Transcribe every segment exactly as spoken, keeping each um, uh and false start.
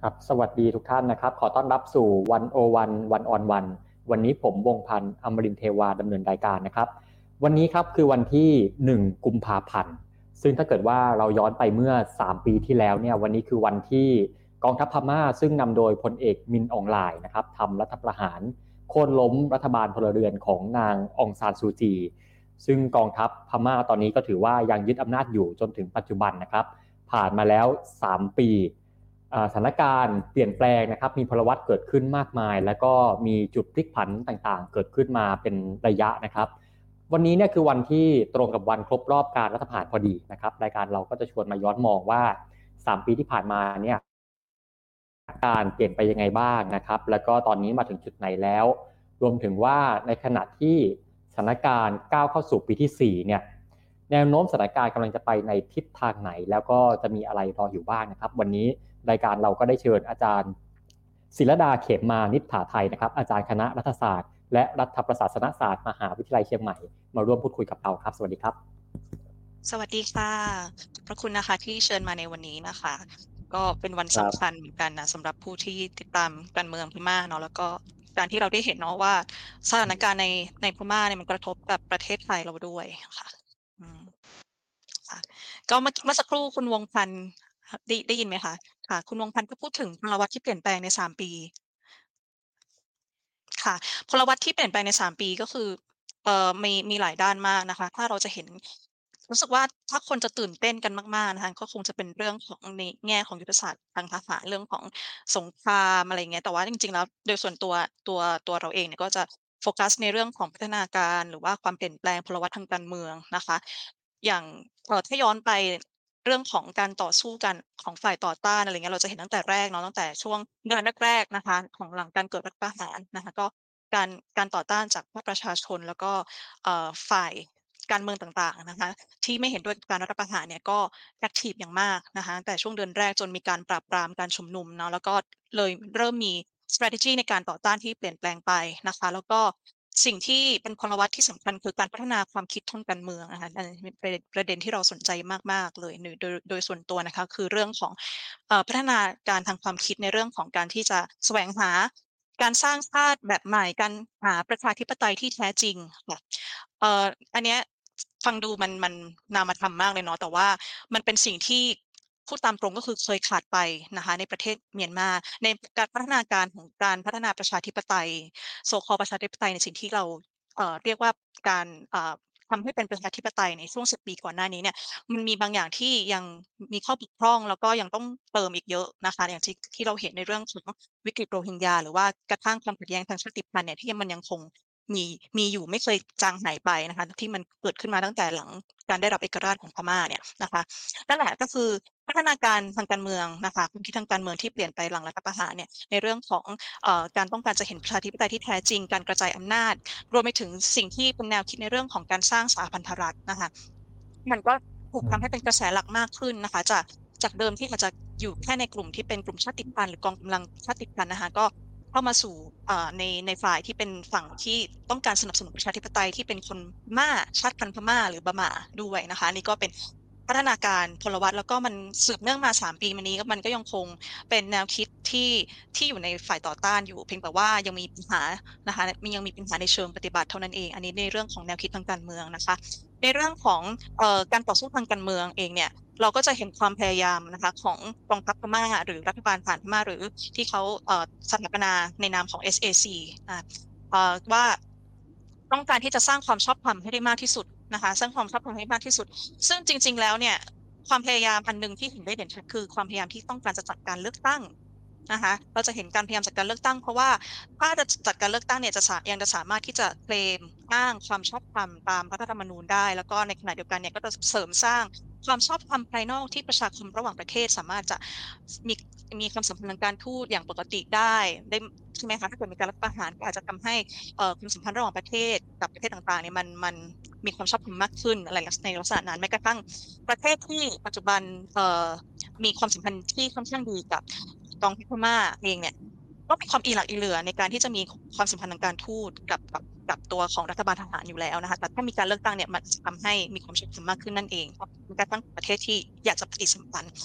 ครับสวัสดีทุกท่านนะครับขอต้อนรับสู่วันโอวันวันออนวันวันนี้ผมวงพันธ์อมรินทร์เทวาดำเนินรายการนะครับวันนี้ครับคือวันที่หนึ่งกุมภาพันธ์ซึ่งถ้าเกิดว่าเราย้อนไปเมื่อสามปีที่แล้วเนี่ยวันนี้คือวันที่กองทัพพม่าซึ่งนำโดยพลเอกมินอองหลายนะครับทำรัฐประหารโค่นล้มรัฐบาลพลเรือนของนางองซานซูจีซึ่งกองทัพพม่าตอนนี้ก็ถือว่ายังยึดอำนาจอยู่จนถึงปัจจุบันนะครับผ่านมาแล้วสามปีสถานการณ์เปลี่ยนแปลงนะครับมีพลวัตเกิดขึ้นมากมายแล้วก็มีจุดพลิกผันต่างๆเกิดขึ้นมาเป็นระยะนะครับวันนี้เนี่ยคือวันที่ตรงกับวันครบรอบการรัฐประหารพอดีนะครับรายการเราก็จะชวนมาย้อนมองว่าสามปีที่ผ่านมาเนี่ยการเปลี่ยนไปยังไงบ้างนะครับแล้วก็ตอนนี้มาถึงจุดไหนแล้วรวมถึงว่าในขณะที่สถานการณ์ก้าวเข้าสู่ปีที่สี่เนี่ยแนวโน้มสถานการณ์กำลังจะไปในทิศทางไหนแล้วก็จะมีอะไรรออยู่บ้างนะครับวันนี้รายการเราก็ได้เชิญอาจารย์ศิลดาเขมมานิษฐาไทยนะครับอาจารย์คณะรัฐศาสตร์และรัฐประศาสนศาสตร์มหาวิทยาลัยเชียงใหม่มาร่วมพูดคุยกับเราครับสวัสดีครับสวัสดีค่ะขอบพระคุณนะคะที่เชิญมาในวันนี้นะคะก็เป็นวันสำคัญเหมือนกันนะสำหรับผู้ที่ติดตามการเมืองพม่าเนาะแล้วก็การที่เราได้เห็นเนาะว่าสถานการณ์ในในพม่าเนี่ยมันกระทบกับประเทศไทยเราด้วยค่ะอืมค่ะก็เมื่อเมื่อสักครู่คุณวงพันธ์ได้ได้ยินไหมคะค่ะคุณวงพันธ์ก็พูดถึงพลวัตที่เปลี่ยนแปลงในสามปีค่ะพลวัตที่เปลี่ยนแปลงในสามปีก็คือเอ่อมีมีหลายด้านมากนะคะถ้าเราจะเห็น รู้สึกว่าถ้าคนจะตื่นเต้นกันมากๆนะคะก็คงจะเป็นเรื่องของในแง่ของยุทธศาสตร์ทางทหารเรื่องของสงครามอะไรอย่างเงี้ยแต่ว่าจริงๆแล้วโดยส่วนตัวตัวตัวเราเองเนี่ยก็จะโฟกัสในเรื่องของพัฒนาการหรือว่าความเปลี่ยนแปลงพลวัตทางการเมืองนะคะอย่างเอ่อถ้าย้อนไปเรื่องของการต่อสู้กันของฝ่ายต่อต้านอะไรอย่างเงี้ยเราจะเห็นตั้งแต่แรกเนาะตั้งแต่ช่วงเดือนแรกๆนะคะของหลังการเกิดรัฐประหารนะคะก็การการต่อต้านจากภาคประชาชนแล้วก็เอ่อฝ่ายการเมืองต่างๆนะคะ ที่ไม่เห็นด้วยกับการรัฐประหารเนี่ยก็แอกทิฟอย่างมากนะคะตั้งแต่ช่วงเดือนแรกจนมีการปราบปรามการชุมนุมเนาะแล้วก็เลยเริ่มมี strategy ในการต่อต้านที่เปลี่ยนแปลงไปนะคะแล้วก็สิ่งที่เป็นพลวัตที่สำคัญคือการพัฒนาความคิดทางการเมืองนะคะอันนี้เป็นประเด็นประเด็นที่เราสนใจมากๆเลยโดยโดยโดยส่วนตัวนะคะคือเรื่องของเอ่อพัฒนาการทางความคิดในเรื่องของการที่จะแสวงหาการสร้างชาติแบบใหม่การหาประชาธิปไตยที่แท้จริงค่ะเอ่ออันเนี้ย ฟังดูมันมันนามธรรมมากเลยเนาะแต่ว่ามันเป็นสิ่งที่พูดตามตรงก็คือเคยขาดไปนะคะในประเทศเมียนมาในการพัฒนาการของการพัฒนาประชาธิปไตย so called ประชาธิปไตยในสิ่งที่เราเอ่อเรียกว่าการอ่าทำให้เป็นประชาธิปไตยในช่วงสิบปีก่อนหน้านี้เนี่ยมันมีบางอย่างที่ยังมีข้อบกพร่องแล้วก็ยังต้องเติมอีกเยอะนะคะอย่างที่ที่เราเห็นในเรื่องของวิกฤตโรฮิงญาหรือว่ากระทั่งความขัดแย้งทางชาติพันธุ์เนี่ยที่มันยังคง มีมีอยู่ไม่เคยจางหายไปนะคะที่มันเกิดขึ้นมาตั้งแต่หลังการได้รับเอกราชของพม่าเนี่ยนะคะนั่นแหละก็คือพัฒนาการทางการเมืองนะคะความคิดทางการเมืองที่เปลี่ยนไปหลังรัฐประหารเนี่ยในเรื่องของเอ่อการต้องการจะเห็นประชาธิปไตยที่แท้จริงการกระจายอำนาจรวมไปถึงสิ่งที่เป็นแนวคิดในเรื่องของการสร้างสหพันธรัฐนะคะมันก็ถูกทำให้เป็นกระแสหลักมากขึ้นนะคะจากจากเดิมที่อาจจะอยู่แค่ในกลุ่มที่เป็นกลุ่มชาติพันธุ์หรือกองกำลังชาติพันธุ์นะคะก็ เข้ามาสู่อ่าในในฝ่ายที่เป็นฝั่งที่ต้องการสนับสนุนประชาธิปไตยที่เป็นคนพม่าชาติพันธุ์พม่าหรือบะหม่าด้วยนะคะนี่ก็เป็นพัฒนาการพลวัตแล้วก็มันสืบเนื่องมาสามปีมานี้ก็มันก็ยังคงเป็นแนวคิดที่ที่อยู่ในฝ่ายต่อต้านอยู่เพียงแต่ว่ายังมีปัญหานะคะมียังมีปัญหาในเชิงปฏิบัติเท่านั้นเองอันนี้ในเรื่องของแนวคิดทางการเมืองนะคะในเรื่องของเอ่อการต่อสู้ทางการเมืองเองเนี่ยเราก็จะเห็นความพยายามนะคะของกองทัพพม่าหรือรัฐบาลผ่านพม่าหรือที่เขาเอ่อสถาปนาในนามของ เอส เอ ซี อ่าเอ่อว่าต้องการที่จะสร้างความชอบธรรมให้ได้มากที่สุดนะคะสร้างความชอบธรรมให้มากที่สุดซึ่งจริงๆแล้วเนี่ยความพยายามอันหนึ่งที่เห็นได้เด่นชัดคือความพยายามที่ต้องการจะจัดการเลือกตั้งนะคะเราจะเห็นการพยายามจัดการเลือกตั้งเพราะว่าถ้าจะจัดการเลือกตั้งเนี่ยจะสายังจะสามารถที่จะเคลมอ้างความชอบธรรมตามรัฐธรรมนูญได้แล้วก็ในขณะเดียวกันเนี่ยก็จะเสริมสร้างความชอบธรรมภายนอกที่ประชาคมระหว่างประเทศสามารถจะมีมีความสัมพันธ์ทางการทูตอย่างปกติได้ได้ใช่ไหมคะถ้าเกิดมีการรัฐประหารก็อาจจะทำให้เอ่อความสัมพันธ์ระหว่างประเทศกับประเทศต่างๆเนี่ยมันมันมีความชอบธรรมมากขึ้นอะไรในลักษณะนั้นแม้กระทั่งประเทศที่ปัจจุบันเอ่อมีความสัมพันธ์ที่ค่อนข้างดีกับกองทัพพม่าเองเนี่ยก็มีความอีหลักอีเหลือในการที่จะมีความสัมพันธ์ทางการทูตกับกับกับตัวของรัฐบาลทหารอยู่แล้วนะคะแต่ถ้ามีการเลือกตั้งเนี่ยมันจะทำให้มีความชอบธรรมมากขึ้นนั่นเองแม้กระทั่งประเทศที่อยากจะปฏิสัมพันธ์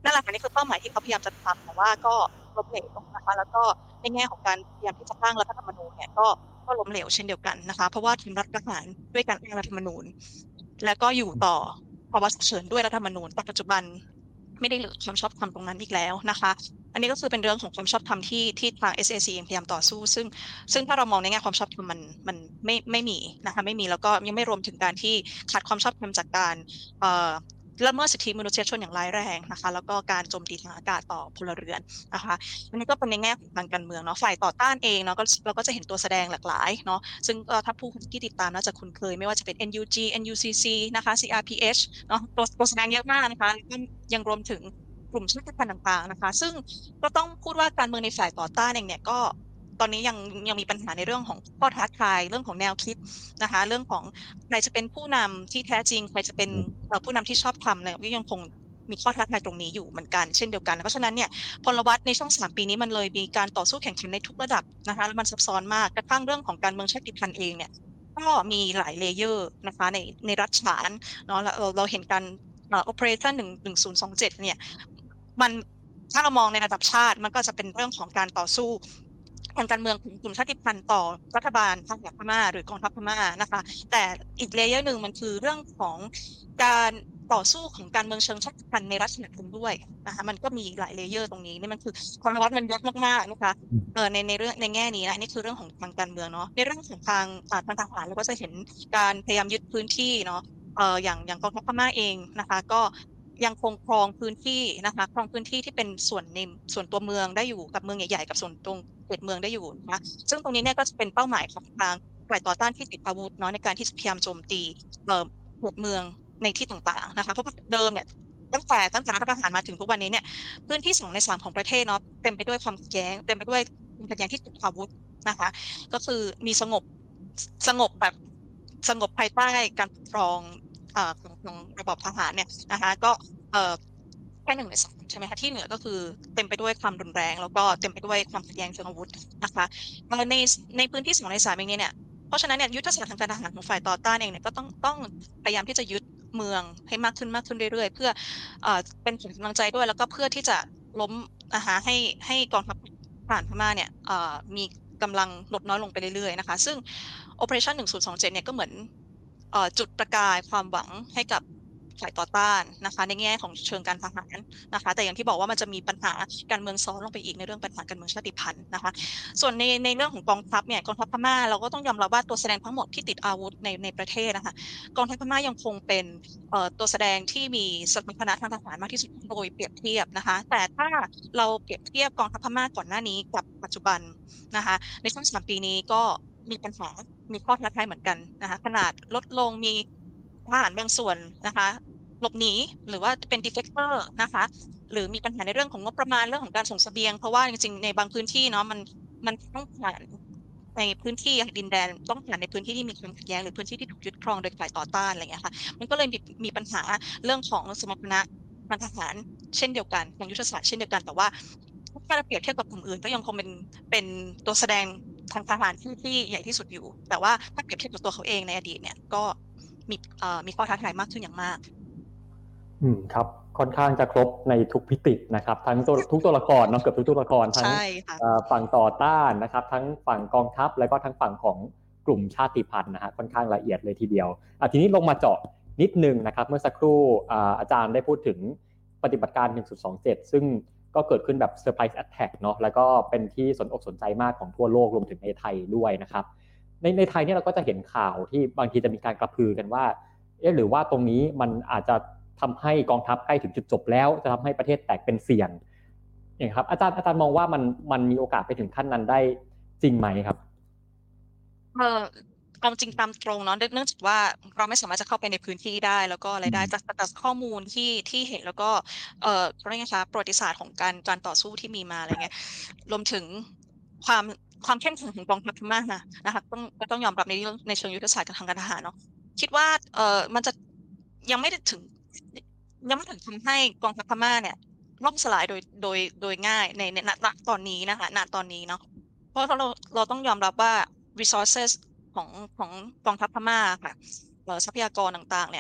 นั่นแหละค่ะนี่คือเป้าหมายที่เขาพยายามจะทำแต่ว่าก็ล้มเหลวนะคะแล้วก็ในแง่ของการพยายามที่จะร่างรัฐธรรมนูญเนี่ยก็ก็ล้มเหลวเช่นเดียวกันนะคะเพราะว่าทำรัฐประหารด้วยการแก้รัฐธรรมนูญแล้วก็อยู่ต่อภาวะฉุกเฉินด้วยรัฐธรรมนูญแต่ปัจจุบันไม่ได้เหลือความชอบธรรมตรงนั้นอีกแล้วนะคะอันนี้ก็คือเป็นเรื่องของความชอบธรรมที่ที่ทาง เอส เอ ซี เองพยายามต่อสู้ซึ่งซึ่งถ้าเรามองในแง่ความชอบธรรมมันมันไม่ไม่มีนะคะไม่มีแล้วก็ยังไม่รวมถึงการที่ขาดความชอบธรรมจากการเอ่อละเมิดสิทธิมนุษยชนอย่างร้ายแรงนะคะแล้วก็การโจมตีทางอากาศต่อพลเรือนนะคะอันนี้ก็เป็นในแง่ของทางการเมืองเนาะฝ่ายต่อต้านเองเนาะก็เราก็จะเห็นตัวแสดงหลากหลายเนาะซึ่งก็ถ้าผู้ที่ติดตามน่าจะคุ้นเคยไม่ว่าจะเป็น เอ็น ยู จี เอ็น ยู ซี ซี นะคะ ซี อาร์ พี เอช เนาะตัวตัวแสดงเยอะมากนะคะแล้วก็ยังรวมถึงกลุ่มชาติพันธุ์ต่างๆนะคะซึ่งก็ต้องพูดว่าการเมืองในฝ่ายต่อต้านเองเนี่ยก็ตอนนี้ยังยังมีปัญหาในเรื่องของข้อท้าทายเรื่องของแนวคิดนะคะเรื่องของใครจะเป็นผู้นำที่แท้จริงใครจะเป็นผู้นำที่ชอบธรรมเนี่ยก็ยังคงมีข้อท้าทายตรงนี้อยู่เหมือนกันเช่นเดียวกันเพราะฉะนั้นเนี่ยพลวัตในช่วงสามปีนี้มันเลยมีการต่อสู้แข่งขันในทุกระดับนะคะแล้วมันซับซ้อนมากกระทั่งเรื่องของการเมืองชาติพันธุ์เองเนี่ยก็มีหลายเลเยอร์นะคะในในรัฐฉานเนาะเราเราเห็นการเอ่อ operation หนึ่งหนึ่งศูนย์สองเจ็ดเนี่ยมันถ้าเรามองในระดับชาติมันก็จะเป็นเรื่องของการต่อสู้ทางการเมืองของกลุ่มชาติพันธุ์ต่อรัฐบาลทหารพม่าหรือกองทัพพม่านะคะแต่อีกเลเยอร์หนึ่งมันคือเรื่องของการต่อสู้ของการเมืองเชิงชาติพันธุ์ในรัฐฉานด้วยนะคะมันก็มีหลายเลเยอร์ตรงนี้นี่มันคือความวัดมันเยอะมากๆนะคะเออในในเรื่องในแง่นี้นะนี่คือเรื่องของทางการเมืองเนาะในเรื่องของทางอ่าทางทหารเราก็จะเห็นการพยายามยึดพื้นที่เนาะเอ่ออย่างอย่างกองทัพพม่าเองนะคะก็ยังคงครองพื้นที่นะคะครองพื้นที่ที่เป็นส่วนในส่วนตัวเมืองได้อยู่กับเมืองใหญ่ๆกับส่วนตรงเขตเมืองได้อยู่นะคะซึ่งตรงนี้เนี่ยก็จะเป็นเป้าหมายของทางฝ่ายต่อต้านที่ติดอาวุธเนาะในการที่จะพยายามโจมตีเอ่อเขตเมืองในที่ต่างๆนะคะเพราะเดิมเนี่ยตั้งแต่ตั้งแต่รัฐประหารมาถึงทุกวันนี้เนี่ยพื้นที่สองในสามของประเทศเนาะเต็มไปด้วยความขัดแย้งเต็มไปด้วยความขัดแย้งที่ติดอาวุธนะคะก็คือมีสงบสงบแบบสงบภายใต้การปกครองเอ่อของของระบอบทหารเนี่ยนะคะก็เอ่อแค่หนึ่งในสามใช่ไหมคะที่เหลือก็คือเต็มไปด้วยความรุนแรงแล้วก็เต็มไปด้วยความขัดแย้งเชิงอาวุธนะคะเอ่อในในพื้นที่สองในสามเองเนี่ยเพราะฉะนั้นเนี่ยยุทธศาสตร์ทางการทหารของฝ่ายต่อต้านเองเนี่ยก็ต้องต้องพยายามที่จะยึดเมืองให้มากขึ้นมากขึ้นเรื่อยๆเพื่อเอ่อเป็นกำลังใจด้วยแล้วก็เพื่อที่จะล้มนะคะให้ให้กองทัพทหารพม่าเนี่ยเอ่อมีกำลังลดน้อยลงไปเรื่อยๆนะคะซึ่ง Operation หนึ่งศูนย์สองเจ็ดเนี่ยก็เหมือนเอ่อจุดประกายความหวังให้กับฝ่ายต่อต้านนะคะในแง่ของเชิงการทหารนะคะแต่อย่างที่บอกว่ามันจะมีปัญหาการเมืองซ้อนลงไปอีกในเรื่องปัญหาการเมืองชาติพันธุ์นะคะส่วนในในเรื่องของกองทัพเนี่ยกองทัพพม่าเราก็ต้องยอมรับว่าตัวแสดงทั้งหมดที่ติดอาวุธในในประเทศนะคะกองทัพพม่ายังคงเป็นเอ่อตัวแสดงที่มีสมรรถนะทางทหารมากที่สุดโดยเปรียบเทียบนะคะแต่ถ้าเราเปรียบเทียบกองทัพพม่าก่อนหน้านี้กับปัจจุบันนะคะในช่วงสามปีนี้ก็มีปัญหามีข้อท้าทายเหมือนกันนะคะขนาดลดลงมีทหารบางส่วนนะคะหลบหนีหรือว่าเป็น defector นะคะหรือมีปัญหาในเรื่องของงบประมาณเรื่องของการส่งเสบียงเพราะว่าจริงๆในบางพื้นที่เนาะมันมันต้องผ่านในพื้นที่ดินแดนต้องผ่านในพื้นที่ที่มีความขัดแย้งหรือพื้นที่ที่ถูกยึดครองโดยฝ่ายต่อต้านอะไรอย่างเงี้ยค่ะมันก็เลยมีมีปัญหาเรื่องของสมรรถนะทางทหารเช่นเดียวกันทางยุทธศาสตร์เช่นเดียวกันแต่ว่าถ้าเราเปรียบเทียบกับกลุ่มอื่นก็ยังคงเป็นเป็นตัวแสดงทางทหารที่ที่ใหญ่ที่สุดอยู่แต่ว่าถ้าเปรียบเทียบกับตัวเขาเองในอดีตเนี่ยก็มีเอ่อมีข้อท้าทายมากขึ้นอย่างมากอืมครับค่อนข้างจะครบในทุกมิตินะครับทั้งตัวทุกตัวละครเนาะเกือบทุกตัวละครทั้งใช่ค่ะเอ่อฝั่งต่อต้านนะครับทั้งฝั่งกองทัพแล้วก็ทั้งฝั่งของกลุ่มชาติพันธุ์นะฮะค่อนข้างละเอียดเลยทีเดียวอ่ะทีนี้ลงมาเจาะนิดนึงนะครับเมื่อสักครู่อ่าอาจารย์ได้พูดถึงปฏิบัติการหนึ่งศูนย์สองเจ็ดซึ่งก็เกิดขึ้นแบบ Surprise Attack เนาะแล้วก็เป็นที่สนอกสนใจมากของทั่วโลกรวมถึงในไทยด้วยนะครับในในไทยเนี่ยเราก็จะเห็นข่าวที่บางทีจะมีการกระพือกันว่าเอ๊ะหรือว่าตรงนี้มันอาจจะทำให้กองทัพใกล้ถึงจุดจบแล้วจะทำให้ประเทศแตกเป็นเสี่ยงอย่างครับอาจารย์อาจารย์มองว่ามันมันมีโอกาสไปถึงขั้นนั้นได้จริงไหมครับเออเอาจริงตามตรงเนาะเนื่องจากว่าเราไม่สามารถจะเข้าไปในพื้นที่ได้แล้วก็อะไรได้จากจากข้อมูลที่ที่เห็นแล้วก็เอ่อเขาเรียกไงคะประวัติศาสตร์ของการการต่อสู้ที่มีมาอะไรเงี้ยรวมถึงความความเข้มแข็งของกองทัพพม่านะนะคะต้องก็ต้องยอมรับในเรื่องในเชิงยุทธศาสตร์กับทางการทหารเนาะคิดว่าเอ่อมันจะยังไม่ได้ถึงยังไม่ถึงทำให้กองทัพพม่าเนี่ยล่มสลายโดยโดยโดยง่ายในในณณตอนนี้นะคะณตอนนี้เนาะเพราะเราเราต้องยอมรับว่า resources ของของกองทัพพม่าค่ะเอ่อทรัพยากรต่างๆเนี่ย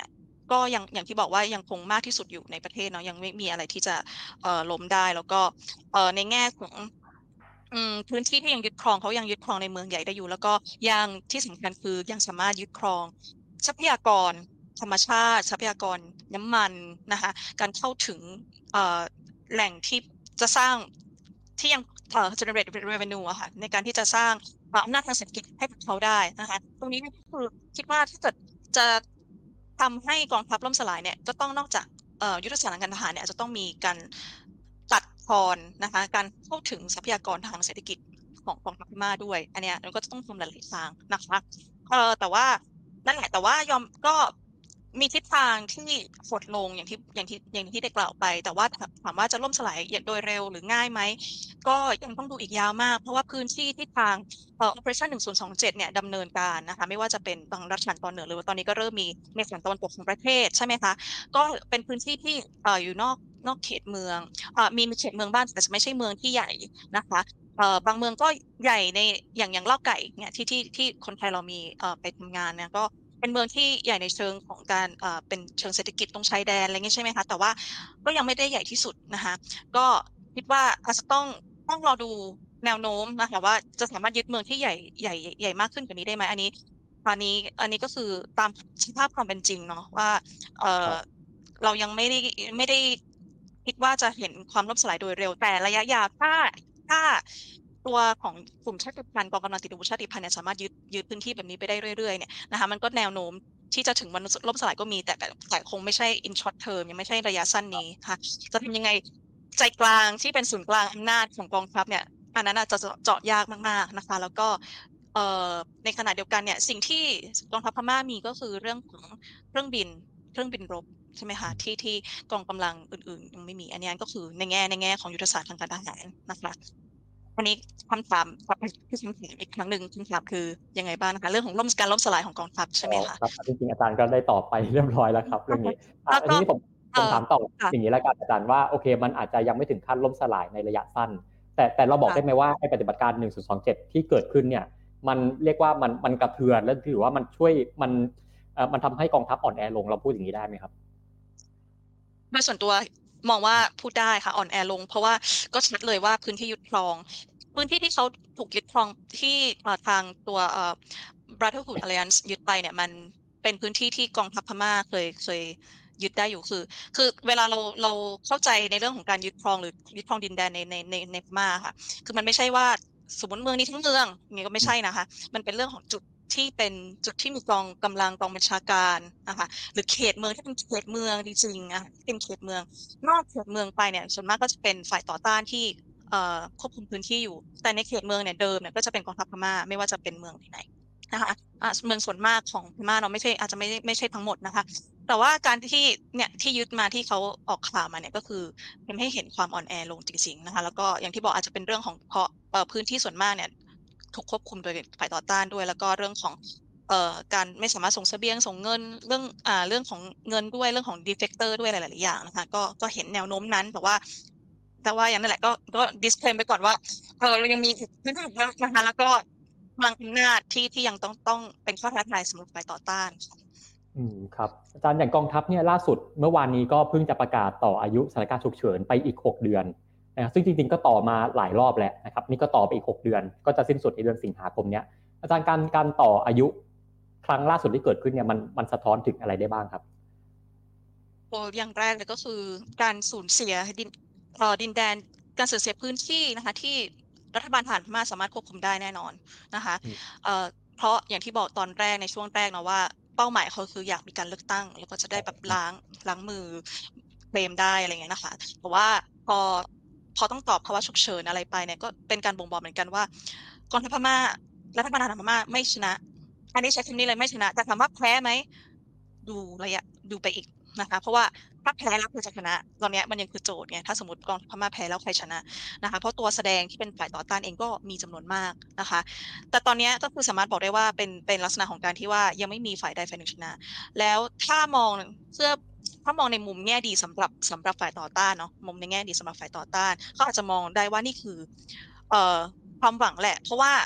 ก็ยังอย่างที่บอกว่ายังคงมากที่สุดอยู่ในประเทศเนาะยังไม่มีอะไรที่จะเอ่อล้มได้แล้วก็เอ่อในแง่ของอืมพื้นที่ที่ยังยึดครองเขายังยึดครองในเมืองใหญ่ได้อยู่แล้วก็ยังที่สำคัญคือยังสามารถยึดครองทรัพยากรธรรมชาติทรัพยากรน้ำมันนะคะการเข้าถึงเอ่อแหล่งที่จะสร้างที่ยังเอ่อ generate revenue อะค่ะในการที่จะสร้างเอ่ออำนาจทางเศรษฐกิจให้กับเขาได้นะคะตรงนี้ก็คือคิดว่าถ้าเกิดจะทำให้กองทัพล่มสลายเนี่ยก็ต้องนอกจากเอ่อยุทธศาสตร์ทางการทหารเนี่ยอาจจะต้องมีการตัดทอนนะคะการเข้าถึงทรัพยากรทางเศรษฐกิจของกองทัพพม่าด้วยอันเนี้ยมันก็จะต้องทำหลายๆทางนะคะเอ่อแต่ว่านั่นแหละแต่ว่ายอมก็มีทิศทางที่หดลงอย่างที่อย่างที่อย่างที่ได้กล่าวไปแต่ว่าถถามว่าจะล่มสลายอย่างโดยเร็วหรือง่ายไหมก็ยังต้องดูอีกยาวมากเพราะว่าพื้นที่ที่ทางเอ่อ Operation หนึ่งศูนย์สองเจ็ดเนี่ยดำเนินการนะคะไม่ว่าจะเป็นทางรัฐฉานตอนเหนือหรือว่าตอนนี้ก็เริ่มมีในฝั่งตะวันตกของประเทศใช่ไหมคะก็เป็นพื้นที่ที่เอ่ออยู่นอกนอกเขตเมืองเอ่อมีมีเขตเมืองบ้างแต่จะไม่ใช่เมืองที่ใหญ่นะคะเอ่อบางเมืองก็ใหญ่ในอย่างอย่างเล่าไก่เนี่ยที่ที่ที่คนไทยเรามีเอ่อไปทำงานเนี่ยก็เป็นเมืองที่ใหญ่ในเชิงของการเอ่อเป็นเชิงเศรษฐกิจตรงชายแดนอะไรเงี้ยใช่ไหมคะแต่ว่าก็ยังไม่ได้ใหญ่ที่สุดนะคะก็คิดว่าอาจจะต้องต้องรอดูแนวโน้มนะคะว่าจะสามารถยึดเมืองที่ใหญ่ใหญ่ใหญ่มากขึ้นกว่านี้ได้ไหมอันนี้อันนี้อันนี้ก็คือตามสภาพความเป็นจริงเนาะว่าเอ่อเรายังไม่ได้ไม่ได้คิดว่าจะเห็นความล่มสลายโดยเร็วแต่ระยะยาวถ้าถ้าตัวของกลุ่มชาติพันธุ์กองกำลังติดอาวุธชาติพันธุ์เนี่ยสามารถยึดยึดพื้นที่แบบนี้ไปได้เรื่อยๆเนี่ยนะคะมันก็แนวโน้มที่จะถึงวันล่มสลายก็มีแต่แต่แต่คงไม่ใช่ in short term ยังไม่ใช่ระยะสั้นนี้ค่ะจะทำยังไงใจกลางที่เป็นศูนย์กลางอำนาจของกองทัพเนี่ยอันนั้นอาจจะเจาะเจาะยากมากๆนะคะแล้วก็เอ่อในขณะเดียวกันเนี่ยสิ่งที่กองทัพพม่ามีก็คือเรื่องของเครื่องบินเครื่องบินรบใช่ไหมคะที่ที่กองกำลังอื่นๆยังไม่มีอันนี้ก็คือในแง่ในแง่ของยุทธศาสตร์ทางการทหารนะคะอันนี้คำถามกลับไปที่คำถามอีกครั้งหนึ่งคำถามคือยังไงบ้างนะคะเรื่องของล่มการล่มสลายของกองทัพใช่อ๋อไหมคะครับจริงๆอาจารย์ก็ได้ตอบไปเรียบร้อยแล้วครับเรื่องนี้อ่าแล้วก็ทีนี้ผมเอ่อผมถามต่อค่ะอย่างนี้แล้วกันอาจารย์ว่าโอเคมันอาจจะยังไม่ถึงขั้นล่มสลายในระยะสั้นแต่แต่เราบอกได้ไหมค่ะว่าไอ้ปฏิบัติการหนึ่งศูนย์สองเจ็ดที่เกิดขึ้นเนี่ยมันเรียกว่ามันมันกระเทือนและถือว่ามันช่วยมันเอ่อมันทำให้กองทัพอ่อนแอลงเราพูดอย่างนี้ได้ไหมครับโดยส่วนตัวมองว่าพูดได้ค่ะอ่อนแอลงเพราะว่าก็ชัดเลยว่าพื้นที่ยึดครองพื้นที่ที่เขาถูกยึดครองที่เอ่อทางตัวเอ่อ Brotherhood Alliance ยึดไปเนี่ยมันเป็นพื้นที่ที่กองทัพพม่าเคยเคยยึดได้อยู่คือคือเวลาเราเราเข้าใจในเรื่องของการยึดครองหรือยึดครองดินแดนในในในในพม่าค่ะคือมันไม่ใช่ว่าสมมติเมืองนี้ทั้งเมืองอย่างนี้ก็ไม่ใช่นะคะมันเป็นเรื่องของจุดที่เป็นจุดที่มีกองกำลังกองบัญชาการนะคะหรือเขตเมืองที่เป็นเขตเมืองจริงๆอะที่เป็นเขตเมืองนอกเขตเมืองไปเนี่ยส่วนมากก็จะเป็นฝ่ายต่อต้านที่เอ่อควบคุมพื้นที่อยู่แต่ในเขตเมืองเนี่ยเดิมเนี่ยก็จะเป็นกองทัพพม่าไม่ว่าจะเป็นเมืองที่ไหนนะคะอ่าเมืองส่วนมากของพม่าเนาะไม่ใช่อาจจะไม่ไม่ใช่ทั้งหมดนะคะ แต่ว่าการที่เนี่ยที่ยึดมาที่เขาออกข่าวมาเนี่ยก็คือทำให้เห็นความอ่อนแอลงจริงๆนะคะแล้วก็อย่างที่บอกอาจจะเป็นเรื่องของเพราะเอ่อพื้นที่ส่วนมากเนี่ยถูกควบคุมโดยฝ่ายต่อต้านด้วยแล้วก็เรื่องของเอ่อการไม่สามารถส่งเสบียงส่งเงินเรื่องอ่าเรื่องของเงินด้วยเรื่องของ defector ด้วยหลายๆอย่างนะคะก็ก็เห็นแนวโน้มนั้นแต่ว่าแต่ว่าอย่างนั้นแหละก็ก็ disclaim ไปก่อนว่าเออเรายังมีอีกพื้นที่อีกเยอะนะคะแล้วก็พลังอำนาจที่ที่ยังต้องต้องเป็นข้อท้าทายสำหรับฝ่ายต่อต้านค่ะอืมครับอาจารย์อย่างกองทัพเนี่ยล่าสุดเมื่อวานนี้ก็เพิ่งจะประกาศต่ออายุสถานการณ์ฉุกเฉินไปอีกหกเดือนนะครับซึ่งจริงๆก็ต่อมาหลายรอบแล้วนะครับนี่ก็ต่อไปอีกหกเดือนก็จะสิ้นสุดในเดือนสิงหาคมเนี้ยอาจารย์การการต่ออายุครั้งล่าสุดที่เกิดขึ้นเนี่ยมันมันสะท้อนถึงอะไรได้บ้างครับโอ้อย่างแรกเลยก็คือการสูญเสียดินเอ่อดินแดนการสูญเสียพื้นที่นะคะที่รัฐบาลทหารพม่าสามารถควบคุมได้แน่นอนนะคะอืมเอ่อเพราะอย่างที่บอกตอนแรกในช่วงแรกเนาะว่าเป้าหมายเขาคืออยากมีการเลือกตั้งแล้วก็จะได้แบบล้างล้างมือเคลมได้อะไรอย่างเงี้ยนะคะแต่ว่าพอพอต้องตอบภาวะฉุกเฉินอะไรไปเนี่ยก็เป็นการบ่งบอกเหมือนกันว่ากองทัพพม่ารัฐบาลทหารพม่าไม่ชนะอันนี้ใช้คำนี้เลยไม่ชนะแต่ถามว่าแพ้ไหมดูระยะดูไปอีก นะคะเพราะว่าถ้าแพ้แล้วใครจะชนะตอนเนี้ยมันยังคือโจทย์ไงถ้าสมมติกองทัพพม่าแพ้แล้วใครชนะนะคะเพราะตัวแสดงที่เป็นฝ่ายต่อต้านเองก็มีจำนวนมากนะคะแต่ตอนเนี้ยก็คือสามารถบอกได้ว่าเป็นเป็นลักษณะของการที่ว่ายังไม่มีฝ่ายใดฝ่ายหนึ่งชนะแล้วถ้ามองเพื่อถ้ามองในมุมแง่ดีสำหรับสำหรับฝ่ายต่อต้านเนาะมุมในแง่ดีสำหรับฝ่ายต่อต้านเขาอาจจะมองได้ว่านี่คือเอ่อความหวังแหละเพราะว่า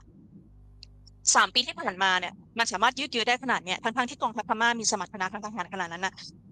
สามปีที่ผ่านมาเนี่ยมันสามารถยืดเยื้อได้ขนาดเนี้ยทั้งๆที่กองทัพพม่ามีสมรรถนะทางทหารขนาดนั้นน่ะ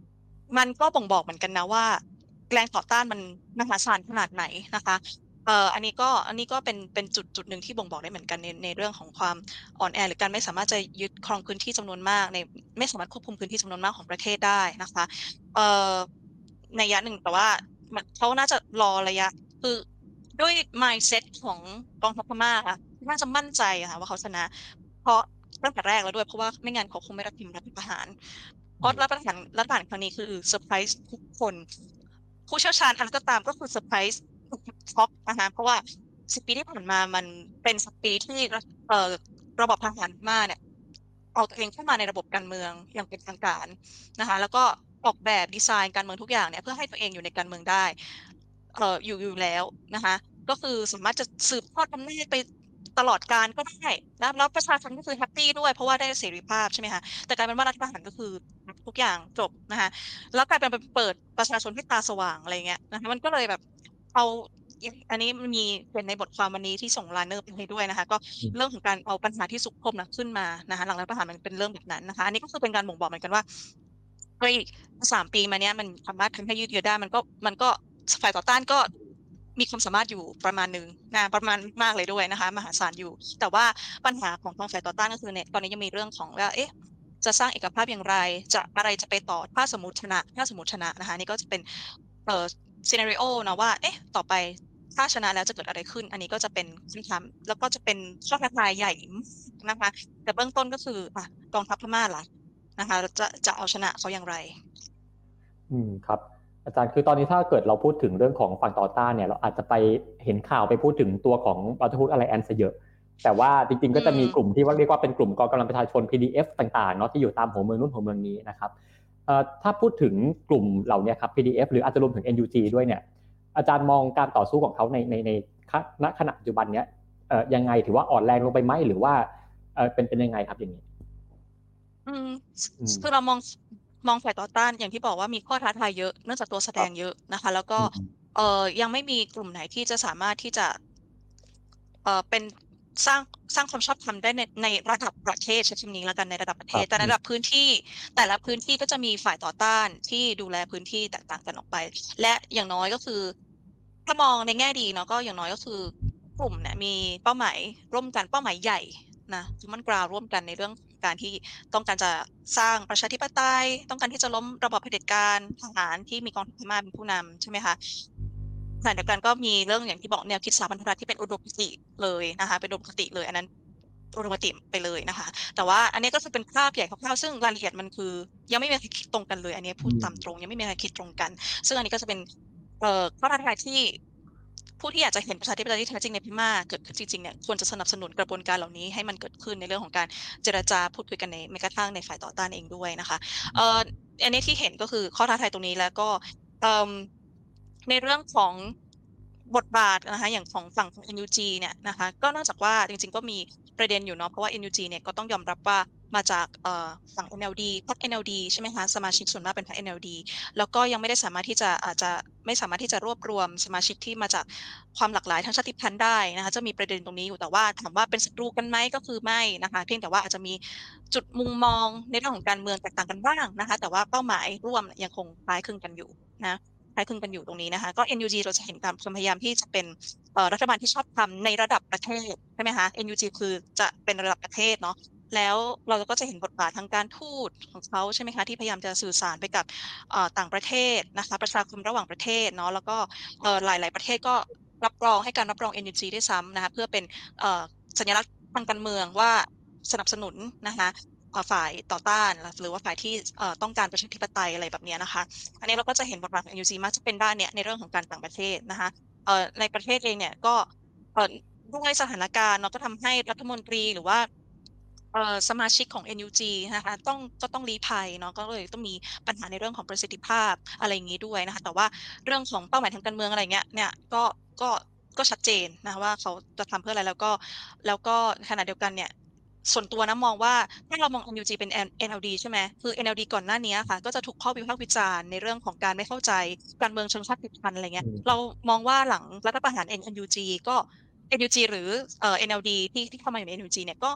มันก็บ่งบอกเหมือนกันนะว่าแรงต่อต้านมันมหาศาลขนาดไหนนะคะเอ่ออันนี้ก็อันนี้ก็เป็นเป็นจุดจุดหนึ่งที่บ่งบอกได้เหมือนกันในในเรื่องของความอ่อนแอหรือการไม่สามารถจะยึดครองพื้นที่จำนวนมากในไม่สามารถควบคุมพื้นที่จำนวนมากของประเทศได้นะคะเอ่อนัยยะหนึ่งแต่ว่ามันเขาน่าจะรอระยะคือด้วย mindset ของกองทัพพม่าอะน่าจะมั่นใจอะค่ะว่าเขาชนะเพราะตั้งแต่แรกแล้วด้วยเพราะว่าไม่งั้นเขาคงไม่ได้พิมพ์รัฐประหาร เพราะรัฐประหารรัฐประหารครั้งนี้คือเซอร์ไพรส์ทุกคนผู้เชี่ยวชาญอะไรก็ตามก็คือเซอร์ไพรส์ช็อกนะคะเพราะว่าสิบปีที่ผ่านมามันเป็นสิบปีที่รัฐเอ่อระบอบทหารพม่าเนี่ยเอาตัวเองเข้ามาในระบบการเมืองอย่างเป็นทางการนะคะแล้วก็ออกแบบดีไซน์การเมืองทุกอย่างเนี่ยเพื่อให้ตัวเองอยู่ในการเมืองได้เอ่ออยู่อยู่แล้วนะคะก็คือสามารถจะสืบทอดอำนาจไปตลอดกาลก็ได้แล้วแล้วประชาชนก็คือแฮปปีด้วยเพราะว่าได้เสรีภาพใช่ไหมคะแต่กลายเป็นว่ารัฐประหารก็คือทุกอย่างจบนะคะ แล้วกลายเป็นเปิดประชาชนให้ตาสว่างอะไรเงี้ยนะคะมันก็เลยแบบเอาอันนี้มันมีเป็นในบทความวันนี้ที่ส่งไลเนอร์ไปให้ด้วยนะคะก็อืมเรื่องของการเอาปัญหาที่สุขพมนะขึ้นมานะคะหลังรัฐประหารมันเป็นเรื่องแบบนั้นนะคะอันนี้ก็คือเป็นการบ่งบอกเหมือนกันว่าเฮ้ยสามปีมาเนี้ยมันสามารถทำให้ยืดเยื้อได้มันก็มันก็ฝ่ายต่อต้านก็มีความสามารถอยู่ประมาณหนึ่งนะประมาณมากเลยด้วยนะคะมหาศาลอยู่แต่ว่าปัญหาของทางฝ่ายต่อต้านก็คือเนี่ยตอนนี้ยังมีเรื่องของว่าเอ๊ะ จะสร้างเอกภาพอย่างไร จะอะไรจะไปต่อถ้าสมมติชนะถ้าสมมติชนะนะคะนี่ก็จะเป็นเอ่อซีนาริโอนะว่าเอ๊ะต่อไปถ้าชนะแล้วจะเกิดอะไรขึ้นอันนี้ก็จะเป็นคำถามแล้วก็จะเป็นข้อท้าทายใหญ่นะคะแต่เบื้องต้นก็คืออ่ะกองทัพพม่าล่ะนะคะจะจะเอาชนะเขาอย่างไรอืมครับอาจารย์คือตอนนี้ถ้าเกิดเราพูดถึงเรื่องของฝั่งต่อต้านเนี่ยเราอาจจะไปเห็นข่าวไปพูดถึงตัวของรัฐทูตอะไรแอนซะเยอะแต่ว่าจริงๆอืก็จะมีกลุ่มมที่ว่าเรียกว่าเป็นกลุ่มกองกำลังประชาชน พี ดี เอฟ ต่างๆเนาะที่อยู่ตามหัวเมืองนู่นหัวเมืองนี้นะครับเอ่อถ้าพูดถึงกลุ่มเหล่านี้ครับ พี ดี เอฟ หรืออาจจะรวมถึง เอ็น ยู จี ด้วยเนี่ยอาจารย์มองการต่อสู้ของเขาในในในณขณะปัจจุบันเนี้ยเอ่อยังไงถือว่าอ่อนแรงลงไปไหมหรือว่าเอ่อเป็นเป็นยังไงครับอย่างนี้อืมอืมคือเรามองมองฝ่ายต่อต้านอย่างที่บอกว่ามีข้อท้าทายเยอะเนื่องจากตัวแสครับดงเยอะนะคะแล้วก็อืมเอ่อยังไม่มีกลุ่มไหนที่จะสามารถที่จะ เอ่อเป็นสร้างสร้างความชอบธรรมได้ในในระดับประเทศใช้คำนี้แล้วกันในระดับประเทศแต่ในระดับครับอืมพื้นที่แต่ละพื้นที่ก็จะมีฝ่ายต่อต้านที่ดูแลพื้นที่แตกต่างกันออกไปและอย่างน้อยก็คือถ้ามองในแง่ดีเนาะก็อย่างน้อยก็คือกลุ่มเนี่ยมีเป้าหมายร่วมกันเป้าหมายใหญ่นะ common ground ร่วมกันในเรื่องการที่ต้องการจะสร้างประชาธิปไตยต้องการที่จะล้มระบอบเผด็จการทหารที่มีกองทัพพม่าเป็นผู้นำใช่ไหมคะ ขณะเดียวกันก็มีเรื่องอย่างที่บอกแนวคิดสถาบันรัฐที่เป็นอุดมคติเลยนะคะเป็นอุดมคติเลยอันนั้นอุดมคติไปเลยนะคะแต่ว่าอันนี้ก็จะเป็นภาพใหญ่คร่าวๆซึ่งรายละเอียดมันคือยังไม่มีใครคิดตรงกันเลยอันนี้พูอืดมตามตรงยังไม่มีใครคิดตรงกันซึ่งอันนี้ก็จะเป็นเอ่อข้อท้าทายที่ผู้ที่อยากจะเห็นประชาธิปไตยที่แท้จริงในพม่าเกิดขึ้นจริงๆเนี่ยควรจะสนับสนุนกระบวนการเหล่านี้ให้มันเกิดขึ้นในเรื่องของการเจรจาพูดคุยกันในแม้กระทั่งในฝ่ายต่อต้านเองด้วยนะคะเอ่ออันนี้ที่เห็นก็คือข้อท้าทายตรงนี้แล้วก็เอ่อ ในเรื่องของบทบาทนะคะอย่างของฝั่งของ เอ็น ยู จี เนี่ยนะคะก็เนื่องจากว่าจริงๆก็มีประเด็นอยู่เนาะเพราะว่า เอ็น ยู จี เนี่ยก็ต้องยอมรับว่ามาจากเอ่อฝั่ง เอ็น แอล ดี พรรค เอ็น แอล ดี ใช่ไหมคะสมาชิกส่วนมากเป็นพรรค เอ็น แอล ดี แล้วก็ยังไม่ได้สามารถที่จะอาจจะไม่สามารถที่จะรวบรวมสมาชิกที่มาจากความหลากหลายทางชาติพันธุ์ได้นะคะจะมีประเด็นตรงนี้อยู่แต่ว่าถามว่าเป็นศัตรูกันไหมก็คือไม่นะคะเพียงแต่ว่าอาจจะมีจุดมุมมองในเรื่องของการเมืองแตกต่างกันบ้างนะคะแต่ว่าเป้าหมายร่วมยังคงคล้ายคลึงกันอยู่นะ คล้ายคลึงกันอยู่ตรงนี้นะคะก็ เอ็น ยู จี เราจะเห็นการความพยายามที่จะเป็นเอ่อรัฐบาลที่ชอบทำในระดับประเทศใช่ไหมคะ เอ็น ยู จี คือจะเป็นระดับประเทศเนาะแล้วเราก็จะเห็นบทบาททางการทูตของเขาใช่ไหมคะที่พยายามจะสื่อสารไปกับเอ่อต่างประเทศนะคะประชาคมระหว่างประเทศเนาะแล้วก็เอ่อหลายๆประเทศก็รับรองให้การรับรอง เอ็น ยู จี ด้วยซ้ำนะคะเพื่อเป็นเอ่อสัญลักษณ์ทางการเมืองว่าสนับสนุนนะคะเอ่อฝ่ายต่อต้านหรือว่าฝ่ายที่เอ่อต้องการประชาธิปไตยอะไรแบบเนี้ยนะคะ อันนี้เราก็จะเห็นบทบาทของ เอ็น ยู ซี มักจะเป็นด้านเนี้ยในเรื่องของการต่างประเทศนะคะเอ่อในประเทศเองเนี่ยก็เอ่อด้วยสถานการณ์เนาะก็ทำให้รัฐมนตรีหรือว่าเอ่อสมาชิกของ เอ็น ยู จี นะคะต้องก็ต้องลี้ภัยเนาะก็เลยต้องมีปัญหาในเรื่องของประสิทธิภาพอะไรอย่างงี้ด้วยนะคะแต่ว่าเรื่องของเป้าหมายทางการเมืองอะไรเงี้ยเนี่ยก็ก็ก็ชัดเจนนะคะว่าเขาจะทำเพื่ออะไรแล้วก็แล้วก็ขณะเดียวกันเนี่ยส่วนตัวนะมองว่าถ้าเรามอง เอ็น ยู จี เป็น N เอ็น แอล ดี ใช่ไหมคือ เอ็น แอล ดี ก่อนหน้านี้อะค่ะก็จะถูกข้อวิพากษ์วิจารณ์ในเรื่องของการไม่เข้าใจการเมืองเชิงชาติพันธุ์อะไรเงี้ยเราอืมมองว่าหลังรัฐประหาร N เอ็น ยู จี ก็ เอ็น ยู จี หรือเอ่อ เอ็น แอล ดี ที่ที่เข้ามาอยู่ใน เอ็น ยู จี เนี่ยก็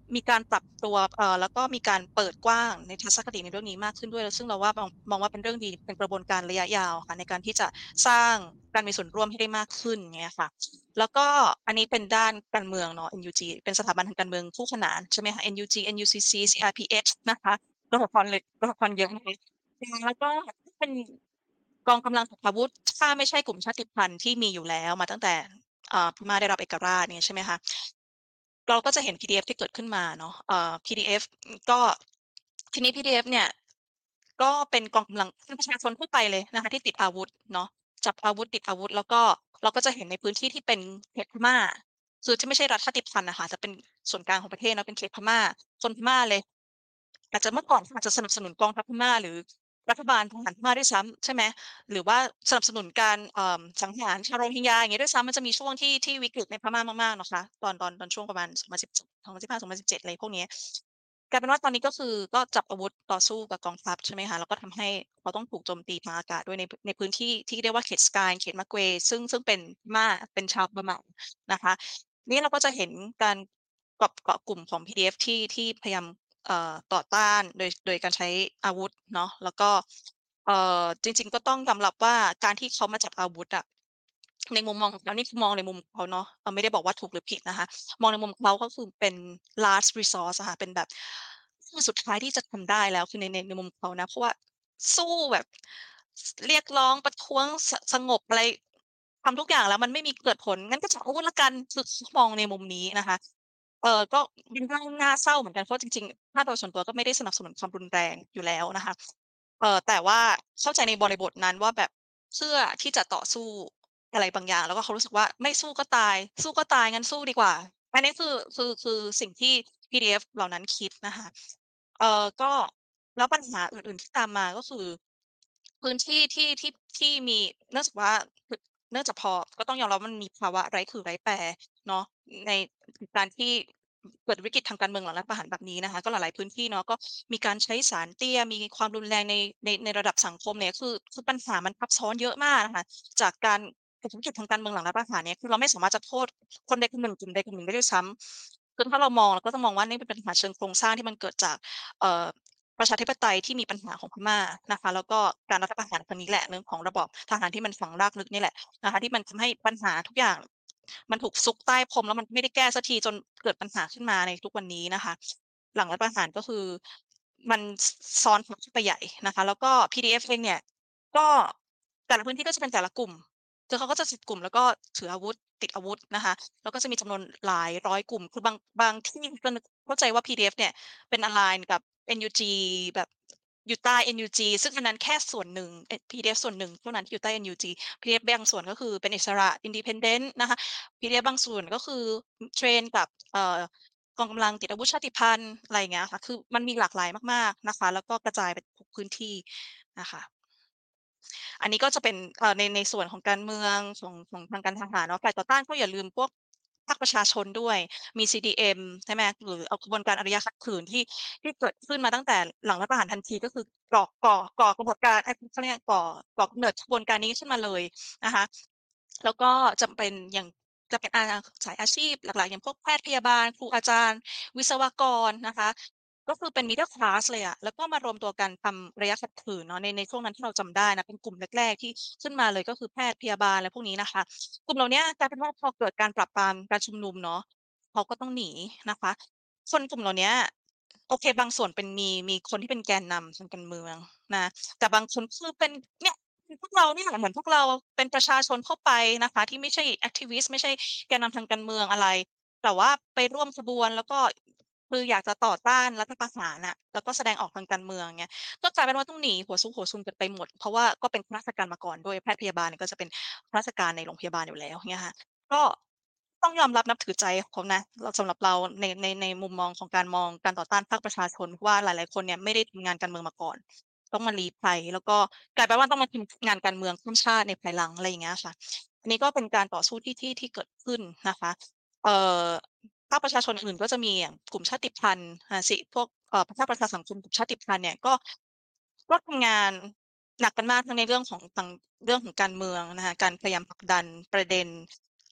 มีการปรับตัวเอ่อแล้วก็มีการเปิดกว้างในทัศนคติในเรื่องนี้มากขึ้นด้วยซึ่งเราว่ามองมองว่าเป็นเรื่องดีเป็นกระบวนการระยะยาวค่ะในการที่จะสร้างการมีส่วนร่วมให้ได้มากขึ้นอย่างเงี้ยค่ะแล้วก็อันนี้เป็นด้านการเมืองเนาะ เอ็น ยู จี เป็นสถาบันทางการเมืองคู่ขนานใช่ไหมคะ เอ็น ยู จี เอ็น ยู ซี ซี ซี อาร์ พี เอช นะคะตัวละครเลยตัวละครเยอะเลยแล้วก็เป็นกองกำลังติดอาวุธถ้าไม่ใช่กลุ่มชาติพันธุ์ที่มีอยู่แล้วมาตั้งแต่อ่าพม่าได้รับเอกราชเนี่ยใช่ไหมคะ เราก็จะเห็น พี ดี เอฟ ที่เกิดขึ้นมาเนาะเอ่อ พี ดี เอฟ ก็ทีนี้ พี ดี เอฟ เนี่ยก็เป็นกองกำลังเป็นประชาชนทั่วไปเลยนะคะที่ติดอาวุธเนาะจับอาวุธติดอาวุธแล้วก็เราก็จะเห็นในพื้นที่ที่เป็นเขตพม่าคือที่ไม่ใช่รัฐชาติพันธุ์น่ะค่ะแต่เป็นส่วนกลางของประเทศเนาะเป็นเขตพม่าคนพม่าเลยอาจจะเมื่อก่อนเขาอาจจะสนับสนุนกองทัพพม่าหรือรัฐบาลทหารพม่าด้วยซ้ำใช่ไหมหรือว่าสนับสนุนการเอ่อสังหารชาวโรฮิงญาอย่างงี้ด้วยซ้ำมันจะมีช่วงที่ที่วิกฤตในพม่ามากๆนะคะตอนตอนตอนช่วงประมาณสองพันสิบเจ็ด สองพันสิบห้า สองพันสิบเจ็ดอะไรพวกนี้กลายเป็นว่าตอนนี้ก็คือก็จับอาวุธต่อสู้กับกองทัพใช่ไหมคะแล้วก็ทำให้เขาต้องถูกโจมตีทางอากาศด้วยในในพื้นที่ที่เรียกว่าเขตสกายเขตมะเกวซึ่งซึ่งเป็นพม่าเป็นชาวบะเหมานะคะนี่เราก็จะเห็นการเกาะเกาะกลุ่มของ พี ดี เอฟ ที่ที่พยายามเอ่อต่อต้านโดยโดยการใช้อาวุธเนาะแล้วก็เอ่อจริงๆก็ต้องยอมรับว่าการที่เขามาจับอาวุธอะในมุมมองของเขานี่คือมองในมุมของเขาเนาะเราไม่ได้บอกว่าถูกหรือผิดนะคะ มองในมุมเขาก็คือเป็น last resource อะค่ะเป็นแบบคือสุดท้ายที่จะทำได้แล้วคือในในในมุมเขานะเพราะว่าสู้แบบสเรียกร้องประท้วงสสงบอะไรทำทุกอย่างแล้วมันไม่มีเกิดผลงั้นก็จับอาวุธแล้วกันคือเขามองในมุมนี้นะคะเอ่อก็เป็นเรื่องน่าเศร้าเหมือนกันเพราะจริงๆถ้าโดยส่วนตัวก็ไม่ได้สนับสนุนความรุนแรงอยู่แล้วนะคะเอ่อแต่ว่าเข้าใจในบริบทนั้นว่าแบบเพื่อที่จะต่อสู้อะไรบางอย่างแล้วก็เขารู้สึกว่าไม่สู้ก็ตายสู้ก็ตายงั้นสู้ดีกว่า อันนี้คือคือคือสิ่งที่ พี ดี เอฟ เหล่านั้นคิดนะคะเอ่อก็แล้วปัญหาอื่นๆที่ตามมาก็คือพื้นที่ที่ที่ที่มีเนื่องจากว่าคือเนื่องจากพอก็ต้องยอมรับว่ามันมีภาวะไร้ขื่อไร้แปรเนาะในการที่เกิดวิกฤตทางการเมืองหลังรัฐประหารแบบนี้นะคะก็หลายๆพื้นที่เนาะก็มีการใช้สารเตี้ยมีความรุนแรงในในในระดับสังคมเนี่ยคือคือปัญหามันซับซ้อนเยอะมากอะค่ะจากการเกิดวิกฤตทางการเมืองหลังรัฐประหารเนี่ยคือเราไม่สามารถจะโทษคนใดคนหนึ่งกลุ่มใดกลุ่มหนึ่งได้ด้วยซ้ำ คือถ้าเรามองเราก็จะมองว่านี่เป็นปัญหาเชิงโครงสร้างที่มันเกิดจากเอ่อประชาธิปไตยที่มีปัญหาของพม่านะคะแล้วก็การรัฐประหารครั้งนี้แหละเรื่องของระบอบทหารที่มันฝังรากลึกนี่แหละนะคะที่มันทำให้ปัญหาทุกอย่างมันถูกซุกใต้พรมแล้วมันไม่ได้แก้สักทีจนเกิดปัญหาขึ้นมาในทุกวันนี้นะคะหลังรัฐประหารก็คือมันซซ้อนทับเข้าไปใหญ่นะคะแล้วก็ พี ดี เอฟ เองเนี่ยก็แต่ละพื้นที่ก็จะเป็นแต่ละกลุ่มคือเขาก็จะจัดกลุ่มแล้วก็ถืออาวุธติดอาวุธนะคะ แล้วก็จะมีจำนวนหลายร้อยกลุ่ม คือบางบางที่ก็นึกเข้าใจว่า พี ดี เอฟ เนี่ยเป็น align กับ เอ็น ยู จี แบบอยู่ใต้ เอ็น ยู จี ซึ่งอันนั้นแค่ส่วนหนึ่งเอ๊ะ พี ดี เอฟ ส่วนหนึ่งเท่านั้นที่อยู่ใต้ เอ็น ยู จี พี ดี เอฟ บางส่วนก็คือเป็นอิสระ independent นะคะ พี ดี เอฟ บางส่วนก็คืออือเทรนกับเอ่อกองกำลังติดอาวุธชาติพันธุ์อะไรอย่างเงี้ยค่ะคือมันมีหลากหลายมากๆนะคะแล้วก็กระจายไปทุกพื้นที่นะคะ อันนี้ก็จะเป็นเอ่อในในส่วนของการเมืองของของทางการทหารเนาะฝ่ายต่อต้านก็อย่าลืมพวกภาคประชาชนด้วยมี ซี ดี เอ็ม ใช่ไหมหรือเอากระบวนการอารยะขัดขืนที่ที่เกิดขึ้นมาตั้งแต่หลังรัฐประหารทันทีก็คือก่อก่อก่อกระบวนการเอ๊ยเขาเรียกก่อก่อกำเนิดขบวนการนี้ขึ้นมาเลยนะคะแล้วก็จะเป็นอย่างจะเป็นอาสายอาชีพหลักๆอย่างพวกแพทย์พยาบาลครูอาจารย์วิศวกรนะคะ ก็คือเป็น middle class เลยอะแล้วก็มารวมตัวกันทำระยะขัดขืนเนาะในในช่วงนั้นที่เราจำได้นะเป็นกลุ่มแรกๆที่ขึ้นมาเลยก็คือแพทย์พยาบาลอะไรพวกนี้นะคะกลุ่มเหล่าเนี้ยกลายเป็นว่าพอเกิดการปราบปรามการชุมนุมเนาะเขาก็ต้องหนีนะคะคนกลุ่มเหล่าเนี้ยโอเคบางส่วนเป็นมีมีคนที่เป็นแกนนำทางการเมืองนะแต่บางคนคือเป็นเนี่ยคือพวกเราเนี่ยแหละเหมือนพวกเราเป็นประชาชนทั่วไปนะคะที่ไม่ใช่แอกทิวิสต์ไม่ใช่แกนนำทางการเมืองอะไร แต่ว่าไปร่วมขบวนแล้วก็คืออยากจะต่อต้านรัฐประหารน่ะแล้วก็แสดงออกทางการเมืองเงี้ยก็กลายเป็นว่าต้องหนีหัวซุกหัวซุนกันไปหมดเพราะว่าก็เป็นข้าราชการมาก่อนด้วยแพทย์พยาบาลเนี่ยก็จะเป็นข้าราชการในโรงพยาบาลอยู่แล้วเงี้ยค่ะก็ต้องยอมรับนับถือใจเขานะเราสำหรับเราในในในมุมมองของการมองการต่อต้านภาคประชาชนเพราะว่าหลายๆคนเนี่ยไม่ได้ทำงานการเมืองมาก่อนต้องมาลี้ภัยแล้วก็กลายเป็นว่าต้องมาทำงานการเมืองข้ามชาติในภายหลังอะไรอย่างเงี้ยค่ะอันนี้ก็เป็นการต่อสู้ที่ที่ที่เกิดขึ้นนะคะ เอ่อภาคประชาชนอื่นก็จะมีอย่างกลุ่มชาติพันธุ์อ่าสิพวกเอ่อภาคประชาสังคมกลุ่มชาติพันธุ์เนี่ยก็ก็ทำงานหนักกันมากทั้งในเรื่องของทางเรื่องของการเมืองนะคะการพยายามผลักดันประเด็น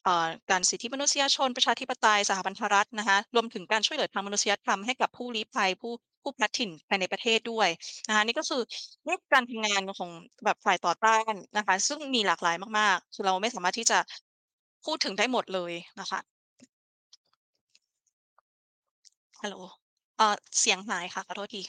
เอ่อการสิทธิมนุษยชนประชาธิปไตยสหพันธรัฐนะคะรวมถึงการช่วยเหลือทางมนุษยธรรมให้กับผู้ลี้ภัยผู้ผู้พลัดถิ่นภายในประเทศด้วยนะคะนี่ก็คือเรื่องการทำงานของแบบฝ่ายต่อต้านนะคะซึ่งมีหลากหลายมากๆคือเราไม่สามารถที่จะพูดถึงได้หมดเลยนะคะฮัลโหลเอ่อเสียงหายค่ะขอโทษที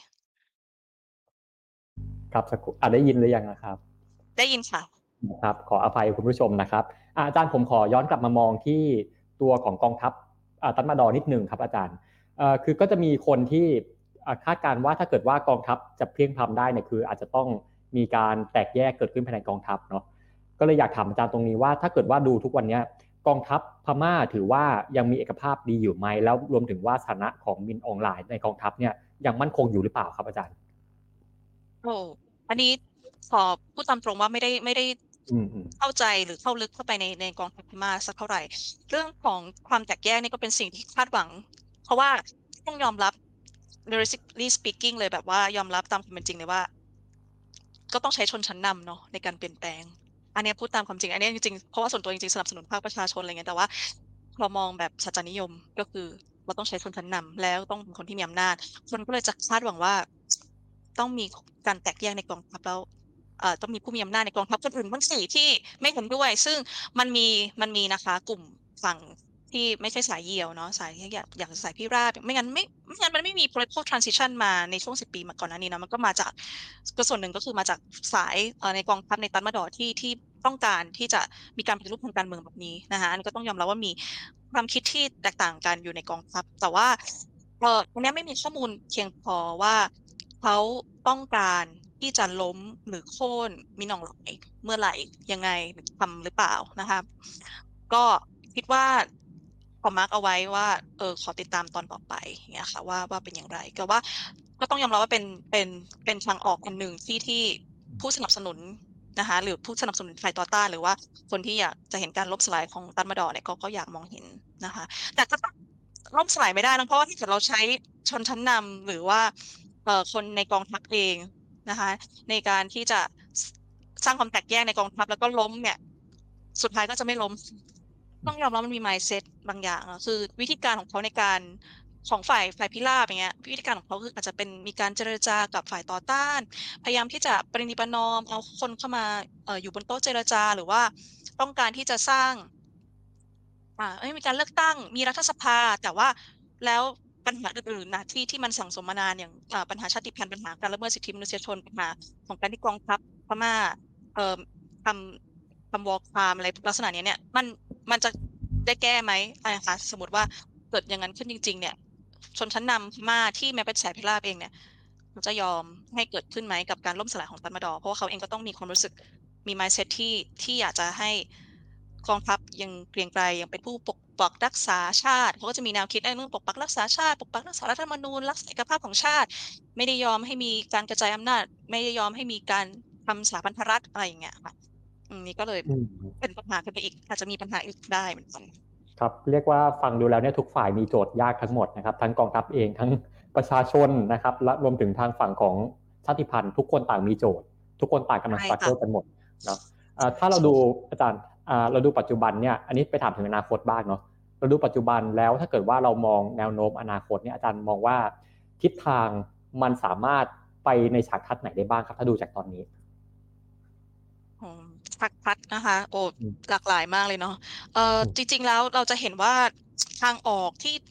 ครับสักครู่อ่ะได้ยินหรือยังนะครับได้ยินค่ะนะครับขออภัยคุณผู้ชมนะครับอ่ะอาจารย์ผมขอย้อนกลับมามองที่ตัวของกองทัพอ่าตันมาดอนิดหนึ่งครับอาจารย์เอ่อคือก็จะมีคนที่อ่าคาดการณ์ว่าถ้าเกิดว่ากองทัพจะเพลียงพล้ำได้เนี่ยคืออาจจะต้องมีการแตกแยกเกิดขึ้นภายในกองทัพเนาะก็เลยอยากถามอาจารย์ตรงนี้ว่าถ้าเกิดว่าดูทุกวันเนี้ยกองทัพพม่าถือว่ายังมีเอกภาพดีอยู่ไหมแล้วรวมถึงว่าสถานะของมินออนไลน์ในกองทัพเนี่ยยังมั่นคงอยู่หรือเปล่าครับอาจารย์โอ้อันนี้ขอพูดตามตรงว่าไม่ได้ไม่ได้อืมอืมเข้าใจหรือเข้าลึกเข้าไปในในกองทัพพม่าสักเท่าไรเรื่องของความแตกแยกนี่ก็เป็นสิ่งที่คาดหวังเพราะว่าต้องยอมรับ realistically speaking เลยแบบว่ายอมรับตามความเป็นจริงเลยว่าก็ต้องใช้ชนชั้นนำเนาะในการเปลี่ยนแปลงอันเนี้ยพูดตามความจริงอันเนี้ยจริงๆเพราะว่าส่วนตัวจริงๆสนับสนุนภาคประชาชนอะไรเงี้ยแต่ว่าเรามองแบบสัจจนิยมก็คือเราต้องใช้ชนชั้นนำแล้วต้องเป็นคนที่มีอำนาจคนก็เลยจะคาดหวังว่าต้องมีการแตกแยกในกองทัพแล้วเอ่อต้องมีผู้มีอำนาจในกองทัพคนอื่นบ้างสิที่ไม่เห็นด้วยซึ่งมันมีมันมีนะคะกลุ่มฝั่งที่ไม่ใช่สายเหี่ยวเนาะสายที่อยากอยากจะสายพิราบไม่งั้นไม่ไม่งั้นมันไม่มี political transition มาในช่วงสิบปีมาก่อนหน้านี้เนาะมันก็มาจากก็ส่วนหนึ่งก็คือมาจากสายเอ่อในกองทัพในตันมาดอร์ที่ที่ต้องการที่จะมีการปฏิรูปทางการเมืองแบบนี้นะคะอันนี้ก็ต้องยอมรับว่ามีความคิดที่แตกต่างกันอยู่ในกองทัพแต่ว่าเอ่อตรงเนี้ยไม่มีข้อมูลเพียงพอว่า เขาต้องการที่จะล้มหรือโค่นมินอองหลายเมื่อไหร่ยังไงหรือทำหรือเปล่านะคะก็คิดว่าขอมาร์กเอาไว้ว่าเออขอติดตามตอนต่อไปอย่างเงี้ยค่ะว่าว่าเป็นอย่างไรแต่ว่าก็ต้องยอมรับว่าเป็นเป็นเป็นทางออกอันหนึ่งที่ที่ผู้สนับสนุนนะคะหรือผู้สนับสนุนฝ่ายต่อต้านหรือว่าคนที่อยากจะเห็นการล่มสลายของตันมาดอร์เนี่ยก็ก็อยากมองเห็นนะคะแต่ก็ต้องล่มสลายไม่ได้นะเพราะว่าถ้าเกิดเราใช้ชนชั้นนำหรือว่า เอ่อคนในกองทัพเองนะคะในการที่จะสสร้างความแตกแยกในกองทัพแล้วก็ล้มเนี่ยสุดท้ายก็จะไม่ล้มต้องยอมรับมันมี mindset บางอย่างอะคือวิธีการของเขาในการของฝ่ายฝ่ายพิราบอย่างเงี้ยวิธีการของเขาคืออาจจะเป็นมีการเจรจากับฝ่ายต่อต้านพยายามที่จะประนีประนอมเอาคนเข้ามาเอ่ออยู่บนโต๊ะเจรจาหรือว่าต้องการที่จะสร้าง อ่าเอ้ยมีการเลือกตั้งมีรัฐสภาแต่ว่าแล้วปัญหาอื่นๆน่ะที่ที่มันสั่งสมมานานอย่างอ่าปัญหาชาติพันธุ์ปัญหาการละเมิดสิทธิมนุษยชนปัญหาของการที่กองทัพพม่าเอ่อทำทำ war crime อะไรลักษณะเนี้ยเนี่ยมันมันจะได้แก้ไหมอานะคะสมมุติว่าเกิดอย่างงั้นขึ้นจริงๆเนี่ยชนชั้นนำพม่าที่แม้เป็นสายพิราบเองเนี่ยเขาจะยอมให้เกิดขึ้นไหมกับการล่มสลายของตันมาดอร์เพราะว่าเขาเองก็ต้องมีความรู้สึก มี mindset ที่ที่อยากจะให้กองทัพยังเกรียงไกรยังเป็นผู้ปกปักรักษาชาติเขาก็จะมีแนวคิดในเรื่องปกปักรักษาชาติปกปักรักษารัฐธรรมนูญรักษาเอกภาพของชาติไม่ได้ยอมให้มีการกระจายอำนาจไม่ได้ยอมให้มีการทำสถาบันรัฐอะไรอย่างเงี้ยค่ะอืมนี่ก็เลยอืมเป็นปัญหาขึ้นไปอีกอาจจะมีปัญหาอีกได้เหมือนกันครับเรียกว่าฟังดูแล้วเนี่ยทุกฝ่ายมีโจทย์ยากทั้งหมดนะครับทั้งกองทัพเองทั้งประชาชนนะครับและรวมถึงทางฝั่งของชาติพันธุ์ทุกคนต่างมีโจทย์ทุกคนต่างกำลังสใช่ตรั๊กเกิลกันค่ะหมดเนาะอ่าถ้าเราดูอาจารย์อ่าเราดูปัจจุบันเนี่ยอันนี้ไปถามถึงอนาคตบ้างเนาะเราดูปัจจุบันแล้วถ้าเกิดว่าเรามองแนวโน้มอนาคตเนี่ยอาจารย์มองว่าทิศทางมันสามารถไปในฉากทัศน์ไหนได้บ้างครับถ้าดูจากตอนนี้อืมพักพัดนะคะโอ้อืมหลากหลายมากเลยเนาะเอ่ออืมจริงๆแล้วเราจะเห็นว่าทางออกที่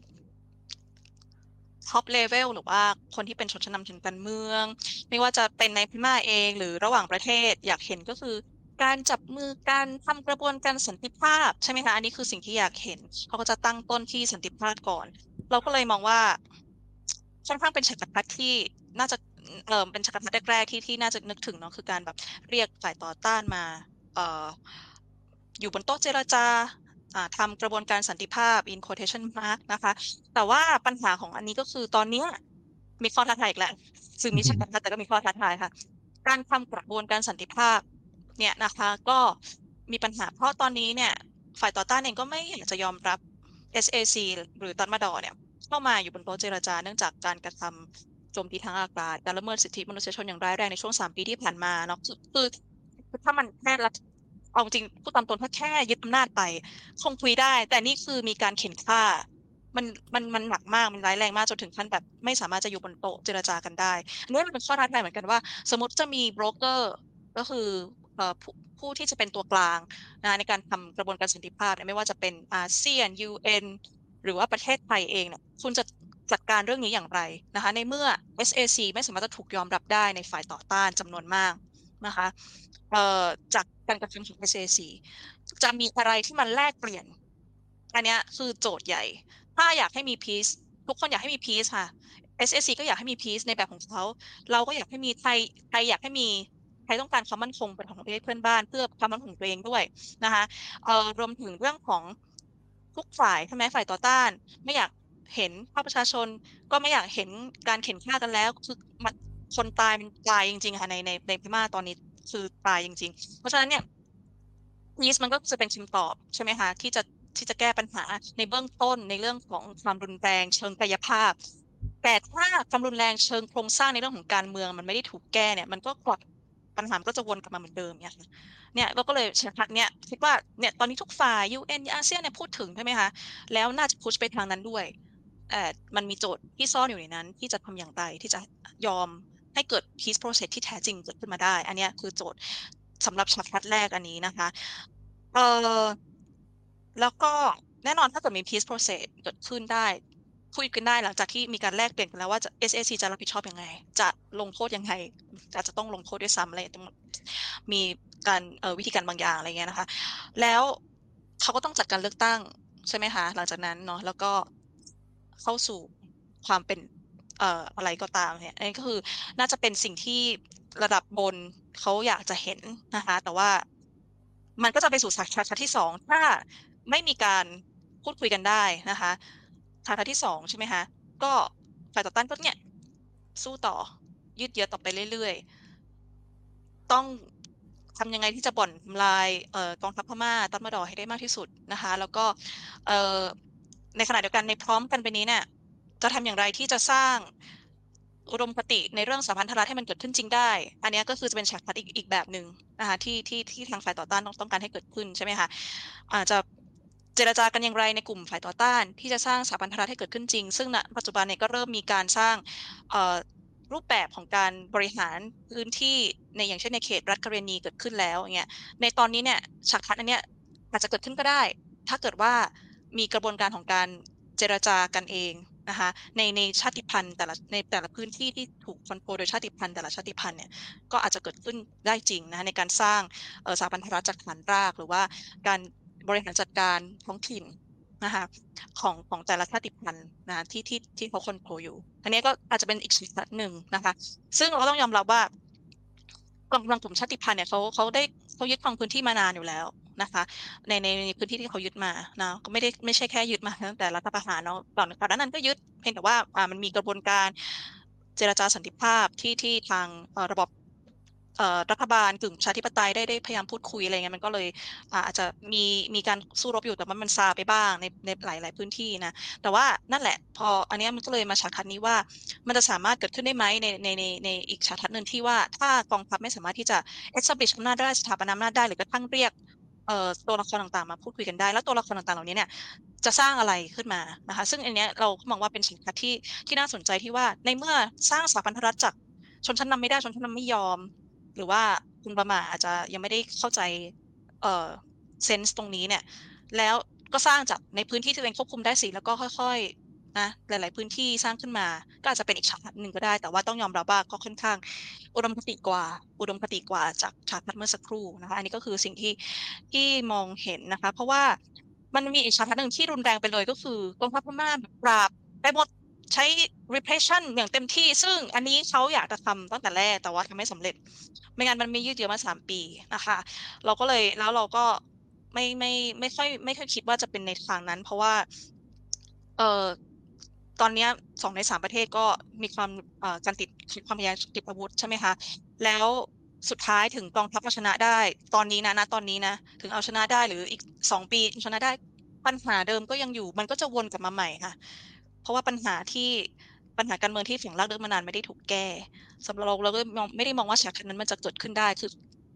top level หรือว่าคนที่เป็นชนชั้นนำทางการเมืองไม่ว่าจะเป็นในพม่าเองหรือระหว่างประเทศอยากเห็นก็คือการจับมือกันทำกระบวนการสันติภาพใช่ไหมคะอันนี้คือสิ่งที่อยากเห็นเขาก็จะตั้งต้นที่สันติภาพก่อนเราก็เลยมองว่าค่อนข้างเป็นฉากทัศน์ที่น่าจะเอ่อเป็นฉากทัศน์แรกๆที่ที่น่าจะนึกถึงเนาะคือการแบบเรียกฝ่ายต่อต้านมาเอ่ออยู่บนโต๊ะเจรจาอ่าทำกระบวนการสันติภาพ in quotation mark นะคะ แต่ว่าปัญหาของอันนี้ก็คือตอนเนี้ยมีข้อท้าทายอีกแล้วซึ่งมีฉากทัศน์แต่ก็มีข้อท้าทายค่ะการทำกระบวนการสันติภาพเนี่ยนะคะก็มีปัญหาเพราะตอนนี้เนี่ยฝ่ายต่อต้านเองก็ไม่อยากจะยอมรับ เอส เอ ซี หรือตัดมาดอร์เนี่ยเข้ามาอยู่บนโต๊ะเจรจาเนื่องจากการกระทำโจมตีทางอากาศการละเมิดสิทธิมนุษยชนอย่างร้ายแรงในช่วงสามปีที่ผ่านมาเนาะคือคือคือถ้ามันแค่รัฐเอาจริงพูดตามตรงถ้าแค่ยึดอำนาจไปคงคุยได้ แต่นี่คือมีการเข็นฆ่า มันมันมันหนักมากมันร้ายแรงมากจนถึงขั้นแบบไม่สามารถจะอยู่บนโต๊ะเจรจากันได้อันนี้มันเป็นข้อท้าทายเหมือนกันว่าสมมติจะมีโบรกเกอร์ก็คือเอ่อผู้ผู้ที่จะเป็นตัวกลางนะในการทำกระบวนการสันติภาพเนี่ยไม่ว่าจะเป็นอาเซียน ยู เอ็น หรือว่าประเทศไทยเองเนี่ยคุณจะจัดการเรื่องนี้อย่างไรนะคะในเมื่อ เอส เอ ซี ไม่สามารถจะถูกยอมรับได้ในฝ่ายต่อต้านจำนวนมากนะคะเอ่อจากการกระทำของ เอส เอ ซี จะมีอะไรที่มันแลกเปลี่ยนอันเนี้ยคือโจทย์ใหญ่ถ้าอยากให้มี peace ทุกคนอยากให้มี peace ค่ะ เอส เอ ซี ก็อยากให้มี peace ในแบบของเขาเราก็อยากให้มีไทยไทยอยากให้มีไทยต้องการความมั่นคงเป็นของประเทศเพื่อนบ้านเพื่อความมั่นคงของตัวเองด้วยนะคะเอ่อรวมถึงเรื่องของทุกฝ่ายใช่ไหมฝ่ายต่อต้านไม่อยากเห็นภาคประชาชนก็ไม่อยากเห็นการเข็นฆ่ากันแล้วคือมันคนตายมันตายจริงๆค่ะในในในพม่าตอนนี้คือตายจริงๆเพราะฉะนั้นเนี่ย peace มันก็จะเป็นคำตอบใช่ไหมคะที่จะที่จะแก้ปัญหาในเบื้องต้นในเรื่องของความรุนแรงเชิงกายภาพแต่ถ้าความรุนแรงเชิงโครงสร้างในเรื่องของการเมืองมันไม่ได้ถูกแก้เนี่ยมันก็กลับปัญหามันก็จะวนกลับมาเหมือนเดิมเนี่ยค่ะเนี่ยเราก็เลยใช้พักเนี่ยคิดว่าเนี่ยตอนนี้ทุกฝ่าย ยู เอ็น อาเซียนเนี่ยพูดถึงใช่ไหมคะแล้วน่าจะพุชไปทางนั้นด้วยแต่มันมีโจทย์ที่ซ่อนอยู่ในนั้นที่จะทำอย่างไรที่จะยอมให้เกิด peace process ที่แท้จริงเกิดขึ้นมาได้อันเนี้ยคือโจทย์สำหรับฉับพัดแรกอันนี้นะคะ เออแล้วก็แน่นอนถ้าเกิดมี peace process เกิดขึ้นได้คุยกันได้หลังจากที่มีการแลกเปลี่ยนกันแล้วว่าจะ เอส เอ ซี จะรับผิดชอบยังไงจะลงโทษยังไงอาจจะต้องลงโทษด้วยซ้ำอะไรต้องมีการเอ่อวิธีการบางอย่างอะไรเงี้ยนะคะแล้วเขาก็ต้องจัดการเลือกตั้งใช่ไหมคะหลังจากนั้นเนาะแล้วก็เข้าสู่ความเป็นเอ่ออะไรก็ตามเนี่ยอันนี้ก็คือน่าจะเป็นสิ่งที่ระดับบนเขาอยากจะเห็นนะคะแต่ว่า มันก็จะไปสู่สาขาที่สองถ้าไม่มีการพูดคุยกันได้นะคะสาขาที่สองใช่ไหมคะก็ฝ่ายต่อต้านก็เนี่ยสู้ต่อยืดเยื้อต่อไปเรื่อยๆต้องทำยังไงที่จะบ่อนทำลายเอ่อกองทัพพม่าตัดมาดอให้ได้มากที่สุดนะคะแล้วก็เอ่อในขณะเดียวกันในพร้อมกันไปนี้เนี่ยจะทำอย่างไรที่จะสร้างอุดมคติในเรื่องสถาบันทรัฐให้มันเกิดขึ้นจริงได้อันเนี้ยก็คือจะเป็นฉากทัดอีกอีกแบบหนึ่ง นะคะที่ที่ที่ทางฝ่ายต่อต้านต้องต้องการให้เกิดขึ้นใช่ไหมคะอาจจะเจรจากันอย่างไรในกลุ่มฝ่ายต่อต้านที่จะสร้างสถาบันทรัฐให้เกิดขึ้นจริงซึ่งณปัจจุบันเนี่ยก็เริ่มมีการสร้างเอ่อรูปแบบของการบริหารพื้นที่ในอย่างเช่นในเขตรัฐกะเรนีเกิดขึ้นแล้วอย่างเงี้ยในตอนนี้เนี่ยฉากทัศน์อันเนี้ยอาจจะเกิดขึ้นก็ได้ถ้าเกิดว่ามีกระบวนการของการเจรจากันเองนะคะในในชาติพันธุ์แต่ละในแต่ละพื้นที่ที่ถูกคอนโทรลโดยชาติพันธุ์แต่ละชาติพันธุ์เนี่ย ก็อาจจะเกิดขึ้นได้จริงนะคะในการสร้างเอ่อสถาบันรัฐจากฐานรากหรือว่าการบริหารจัดการท้องถิ่นนะคะของของแต่ละชาติพันธุ์นะที่ที่ที่เขาคอนโทรลอยู่อันนี้ก็อาจจะเป็นอีกชีวิตหนึ่งนะคะซึ่งเราก็ต้องยอมรับว่ากลุ่มบางกลุ่มชาติพันธุ์เนี่ยเขาเขาได้เขายึดครองพื้นที่มานานอยู่แล้วนะคะในในในพื้นที่ที่เขายึดมานะก็ไม่ได้ไม่ใช่แค่ยึดมาตั้งแต่รัฐประหารเนาะก่อนก่อนหน้านั้นก็ยึดเพียงแต่ว่าอ่ามันมีกระบวนการเจรจาสันติภาพที่ที่ทางเอ่อระบบ เอ่อรัฐบาลกึ่งประชาธิปไตยได้ได้พยายามพูดคุยอะไรเงี้ยมันก็เลยอ่าอาจจะมีมีการสู้รบอยู่แต่ว่ามันซาไปบ้างในในหลายๆพื้นที่นะแต่ว่านั่นแหละพออันเนี้ยมันก็เลยมาฉากทัศน์นี้ว่ามันจะสามารถเกิดขึ้นได้ไหมในในในในอีกฉากทัศน์หนึ่งที่ว่าถ้ากองทัพไม่สามารถที่จะ establish อำนาจได้สถาปนาอำนาจได้หรือกระทั่งเรียกเอ่อตัวละครต่างๆมาพูดคุยกันได้แล้วตัวละครต่างๆเหล่านี้เนี่ยจะสร้างอะไรขึ้นมานะคะซึ่งอันเนี้ยเราก็มองว่าเป็นฉากทัศน์ที่ที่น่าสนใจที่ว่าในเมื่อสร้างสถาปัตยรัฐจากชนชั้นนำไม่ได้ชนชั้นนำไม่ยอม หรือว่าคุณประมาทอาจจะยังไม่ได้เข้าใจเอ่อเซนส์ตรงนี้เนี่ยแล้วก็สร้างจากในพื้นที่ที่ตัวเองควบคุมได้สิแล้วก็ค่อยๆนะหลายๆพื้นที่สร้างขึ้นมาก็อาจจะเป็นอีกฉากทัศน์หนึ่งก็ได้แต่ว่าต้องยอมรับว่าก็ค่อนข้างอุดมคติกว่าอุดมคติกว่าจากฉากทัศน์เมื่อสักครู่นะคะอันนี้ก็คือสิ่งที่ที่มองเห็นนะคะเพราะว่ามันมีอีกฉากทัศน์หนึ่งที่รุนแรงไปเลยก็คือกองทัพพม่าปราบไปหมดใช้ repression อย่างเต็มที่ซึ่งอันนี้เขาอยากจะทำตั้งแต่แรกแต่ว่าทำไม่สำเร็จ ไม่งั้นมันไม่ยืดเยื้อมาสามปีนะคะเราก็เลยแล้วเราก็ไม่ไม่ไม่ค่อยไม่ค่อยคิดว่าจะเป็นในทางนั้นเพราะว่าเอ่อตอนเนี้ยสองในสามประเทศก็มีความเอ่อการติดความพยายามติดอาวุธใช่ไหมคะแล้วสุดท้ายถึงกองทัพเอาชนะได้ตอนนี้นะณตอนนี้นะถึงเอาชนะได้หรืออีกสองปีชนะได้ปัญหาเดิมก็ยังอยู่มันก็จะวนกลับมาใหม่ค่ะเพราะว่าปัญหาที่ปัญหาการเมืองที่ฝังรากลึกมานานไม่ได้ถูกแก้ สำหรับเราเราก็มองไม่ได้มองว่าฉากทัศน์นั้นมันจะเกิดขึ้นได้คือ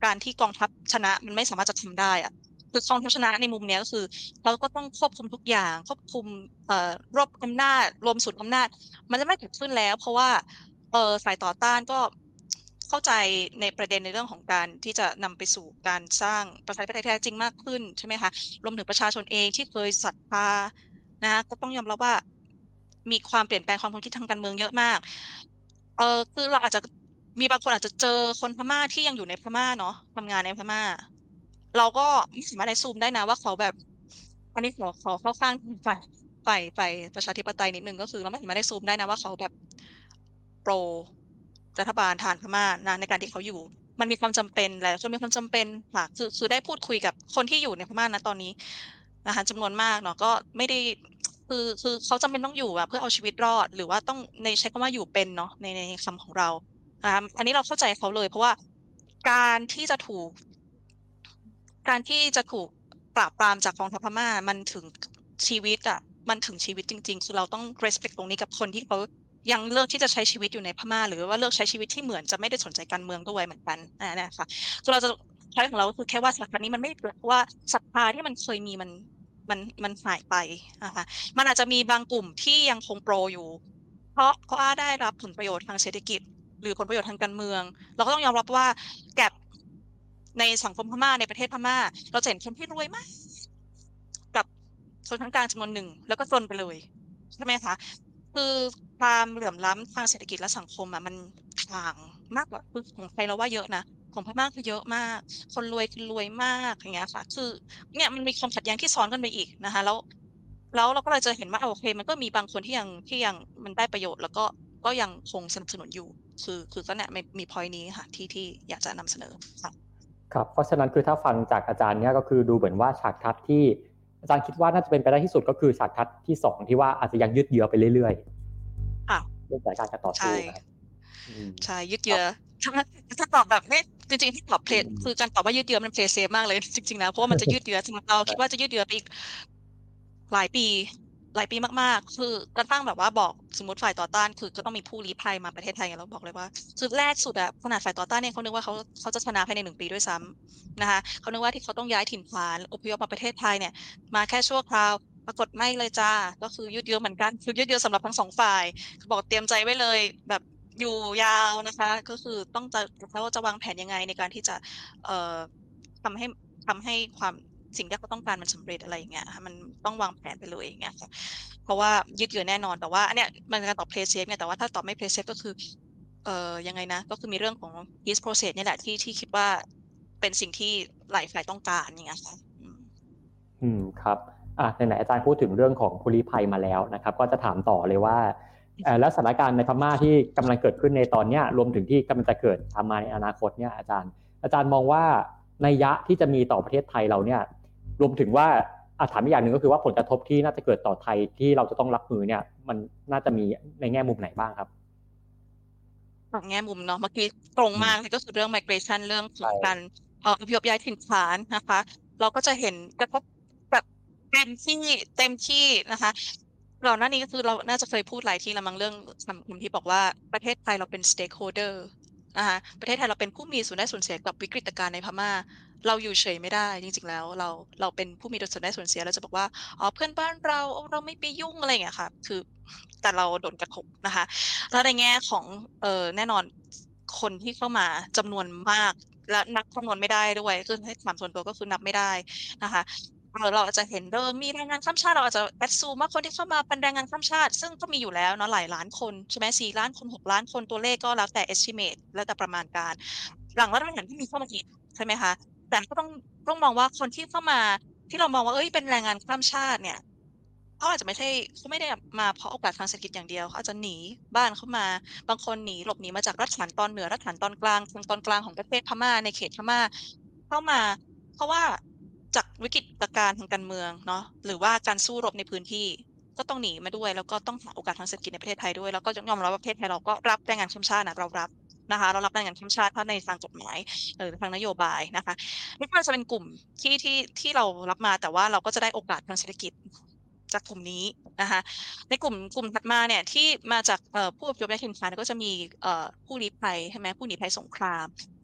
การที่กองทัพชนะมันไม่สามารถจะทำได้อะคือกองทัพชนะในมุมเนี้ยก็คือเราก็ต้องควบคุมทุกอย่างควบคุมเอ่อรวบอำนาจรวมศูนย์อำนาจมันจะไม่เกิดขึ้นแล้วเพราะว่าเอ่อฝ่ายต่อต้านก็เข้าใจในประเด็นในเรื่องของการที่จะนำไปสู่การสร้างประชาธิปไตยที่แท้จริงมากขึ้นใช่ไหมคะรวมถึงประชาชนเองที่เคยศรัทธานะคะก็ต้องยอมรับว่ามีความเปลี่ยนแปลงความคิดทางการเมืองเยอะมากเออคือเราอาจจะมีบางคนอาจจะเจอคนพม่าที่ยังอยู่ในพม่าเนาะทำงานในพม่าเราก็ไม่สามารถได้ซูมได้นะว่าเขาแบบอันนี้ขอขอเข้าข้างฝ่ายฝ่ายฝ่ายประชาธิปไตยนิดนึงก็คือเราไม่สามารถได้ซูมได้นะว่าเขาแบบโปรรัฐบาลทหารพม่านะในการที่เขาอยู่มันมีความจำเป็นแหละจนมีความจำเป็นค่ะคือคือได้พูดคุยกับคนที่อยู่ในพม่านะตอนนี้นะคะจำนวนมากเนาะก็ไม่ได้ คือคือเขาจำเป็นต้องอยู่อะเพื่อเอาชีวิตรอดหรือว่าต้องในใช้คำว่าอยู่เป็นเนาะในในคำของเรานะคะอันนี้เราเข้าใจเขาเลยเพราะว่าการที่จะถูกการที่จะถูกปราบปรามจากกองทัพพม่ามันถึงชีวิตอะมันถึงชีวิตจริงๆคือเราต้อง respect ตรงนี้กับคนที่เขายังเลือกที่จะใช้ชีวิตอยู่ในพม่าหรือว่าเลือกใช้ชีวิตที่เหมือนจะไม่ได้สนใจการเมืองด้วยเหมือนกันอาเนี่ยค่ะคือเราจะใช้ของเราก็คือแค่ว่าศรัทธานี้มันไม่เกิดเพราะว่าศรัทธาที่มันเคยมีมันมันมันหายไปนะคะ มันอาจจะมีบางกลุ่มที่ยังคงโปรอยู่เพราะเพราะว่าได้รับผลประโยชน์ทางเศรษฐกิจหรือผลประโยชน์ทางการเมืองเราก็ต้องยอมรับว่า gap ในสังคมพม่าในประเทศพม่าเราจะเห็นคนที่รวยมากกับชนชั้นกลางจำนวนหนึ่งแล้วก็จนไปเลยใช่ไหมคะคือความเหลื่อมล้ำทางเศรษฐกิจและสังคมอะมันต่างมากกว่าคือของไทยเราว่าเยอะนะของพม่าคือเยอะมากคนรวยคือรวยมากอย่างเงี้ยค่ะคือเนี่ยมันมีความขัดแย้งที่ซ้อนกันไปอีกนะคะแล้ว แล้วเราก็เลยจะเห็นว่าโอเคมันก็มีบางคนที่ยังที่ยังมันได้ประโยชน์แล้วก็ก็ยังคงสนับสนุนอยู่คือคือก็เนี่ยมีมีพอยต์นี้ค่ะที่ที่อยากจะนำเสนอค่ะครับเพราะฉะนั้นคือถ้าฟังจากอาจารย์เนี่ยก็คือดูเหมือนว่าฉากทัศน์ที่อาจารย์คิดว่าน่าจะเป็นไปได้ที่สุดก็คือฉากทัศน์ที่สองที่ว่าอาจจะยังยืดเยื้อไปเรื่อยค่ะๆเรื่องจากการจะต่อใช่สู้นะครับอืมใช่ยืดครับเยื้อถ้าถ้าตอบแบบไม่จริงๆที่ตอบเพลอืย์คือมการตอบว่ายืดเยื้อมัน play safe มากเลยจริงๆแล้วเพราะว่ามันจะยืดเยื้อสำหรับเราคิดว่าจะยืดเยื้อไปอีก หลายปีหลายปีมากๆคือกระทั่งแบบว่าบอกสมมุติฝ่ายต่อต้านคือจะต้องมีผู้ลี้ภัยมาประเทศไทยเราบอกเลยว่าคือแรกสุดอะขนาดฝ่ายต่อต้านเนี่ยเขานึกว่าเขาเขาจะชนะภายในหนึ่งปีด้วยซ้ำนะคะเขานึกว่าที่เขาต้องย้ายถิ่นฐานอพยพมาประเทศไทยเนี่ยมาแค่ชั่วคราวปรากฏไม่เลยจ้ะก็คือยืดเยื้อเหมือนกันคือยืดเยื้อสำหรับทั้งสองฝ่ายคือบอกเตรียมใจไว้เลยแบบอยู่ยาวนะคะก็คือต้องจะแล้วจะวางแผนยังไงในการที่จะเอ่อทำให้ทำให้ความสิ่งที่เขาต้องการมันสำเร็จอะไรอย่างเงี้ยค่ะมันต้องวางแผนไปเลยอย่างเงี้ยค่ะเพราะว่ายืดเยื้อแน่นอนแต่ว่าอันเนี้ยมันเป็นการตอบ play safe ไงแต่ว่าถ้าตอบไม่ play safe ก็คือเอ่อยังไงนะก็คือมีเรื่องของ peace process เนี่ยแหละที่ที่คิดว่าเป็นสิ่งที่หลายฝ่ายต้องการอย่างเงี้ยค่ะอืมอืมครับอ่ะไหนๆอาจารย์พูดถึงเรื่องของผู้ลี้ภัยมาแล้วนะครับก็จะถามต่อเลยว่าเอ่อแล้วสถานการณ์ในพม่าที่กำลังเกิดขึ้นในตอนเนี้ยรวมถึงที่กำลังจะเกิดตามมาในอนาคตเนี่ยอาจารย์อาจารย์มองว่านัยยะที่จะมีต่อประเทศไทยเราเนี่ยรวมถึงว่าอาถามอีกอย่างหนึ่งก็คือว่าผลกระทบที่น่าจะเกิดต่อไทยที่เราจะต้องรับมือเนี่ยมันน่าจะมีในแง่มุมไหนบ้างครับสองแง่มุมเนาะเมื่อกี้ตรงอืมมากเลยก็คือเรื่อง migration เรื่องของการใช่เอ่ออพยพย้ายถิ่นฐานนะคะเราก็จะเห็นกระทบแบบเต็มที่เต็มที่นะคะก่อนหน้านี้ก็คือเราน่าจะเคยพูดหลายทีแล้วมั้งเรื่องคำคำที่บอกว่าประเทศไทยเราเป็น stakeholder นะคะประเทศไทยเราเป็นผู้มีส่วนได้ส่วนเสียกับวิกฤตการณ์ในพม่าเราอยู่เฉยไม่ได้จริงๆแล้วเราเราเป็นผู้มีส่วนได้ส่วนเสียเราจะบอกว่าอ๋อเพื่อนบ้านเราเราไม่ไปยุ่งอะไรอย่างเงี้ยค่ะคือแต่เราโดนกระทบนะคะ แล้วในแง่ของเอ่อแน่นอนคนที่เข้ามาจำนวนมากและนับจำนวนไม่ได้ด้วยคือให้ถามส่วนตัวก็คือนับไม่ได้นะคะเอ่อเราอาจจะเห็นเดิมมีแรงงานข้ามชาติเราอาจจะ assume ว่าคนที่เข้ามาเป็นแรงงานข้ามชาติซึ่งก็มีอยู่แล้วเนาะหลายล้านคนใช่ไหมสี่ล้านคนหกล้านคนตัวเลขก็แล้วแต่ estimate แล้วแต่ประมาณการหลังรัฐประหารก็มีเข้ามาอีกใช่ไหมคะแต่ก็ต้องต้องมองว่าคนที่เข้ามาที่เรามองว่าเฮ้ยเป็นแรงงานข้ามชาติเนี่ย เขาอาจจะไม่ใช่เขาไม่ได้มาเพราะโอกาสทางเศรษฐกิจอย่างเดียวเขาอาจจะหนีบ้านเข้ามาบางคนหนีหลบหนีมาจากรัฐฉานตอนเหนือรัฐฉานตอนกลางทางตอนกลางของประเทศพม่าในเขตพม่าเข้ามาเพราะว่าจากวิกฤตการณ์ทางการเมืองเนาะหรือว่าการสู้รบในพื้นที่ก็ต้องหนีมาด้วยแล้วก็ต้องหาโอกาสทางเศรษฐกิจในประเทศไทยด้วยแล้วก็ยอมรับว่าประเทศไทยเราก็รับแรงงานข้ามชาตินะเรารับนะคะเรารับแรงงานข้ามชาติถ้าในทางกฎหมายหรือทางนโยบายนะคะนี่ก็จะเป็นกลุ่มที่ที่ที่เรารับมาแต่ว่าเราก็จะได้โอกาสทางเศรษฐกิจ จากกลุ่มนี้นะคะในกลุ่มกลุ่มถัดมาเนี่ยที่มาจากเอ่อผู้อพยพย้ายถิ่นฐานก็จะมีเอ่อผู้ลี้ภัยใช่ไหมผู้หนีภัยสงคราม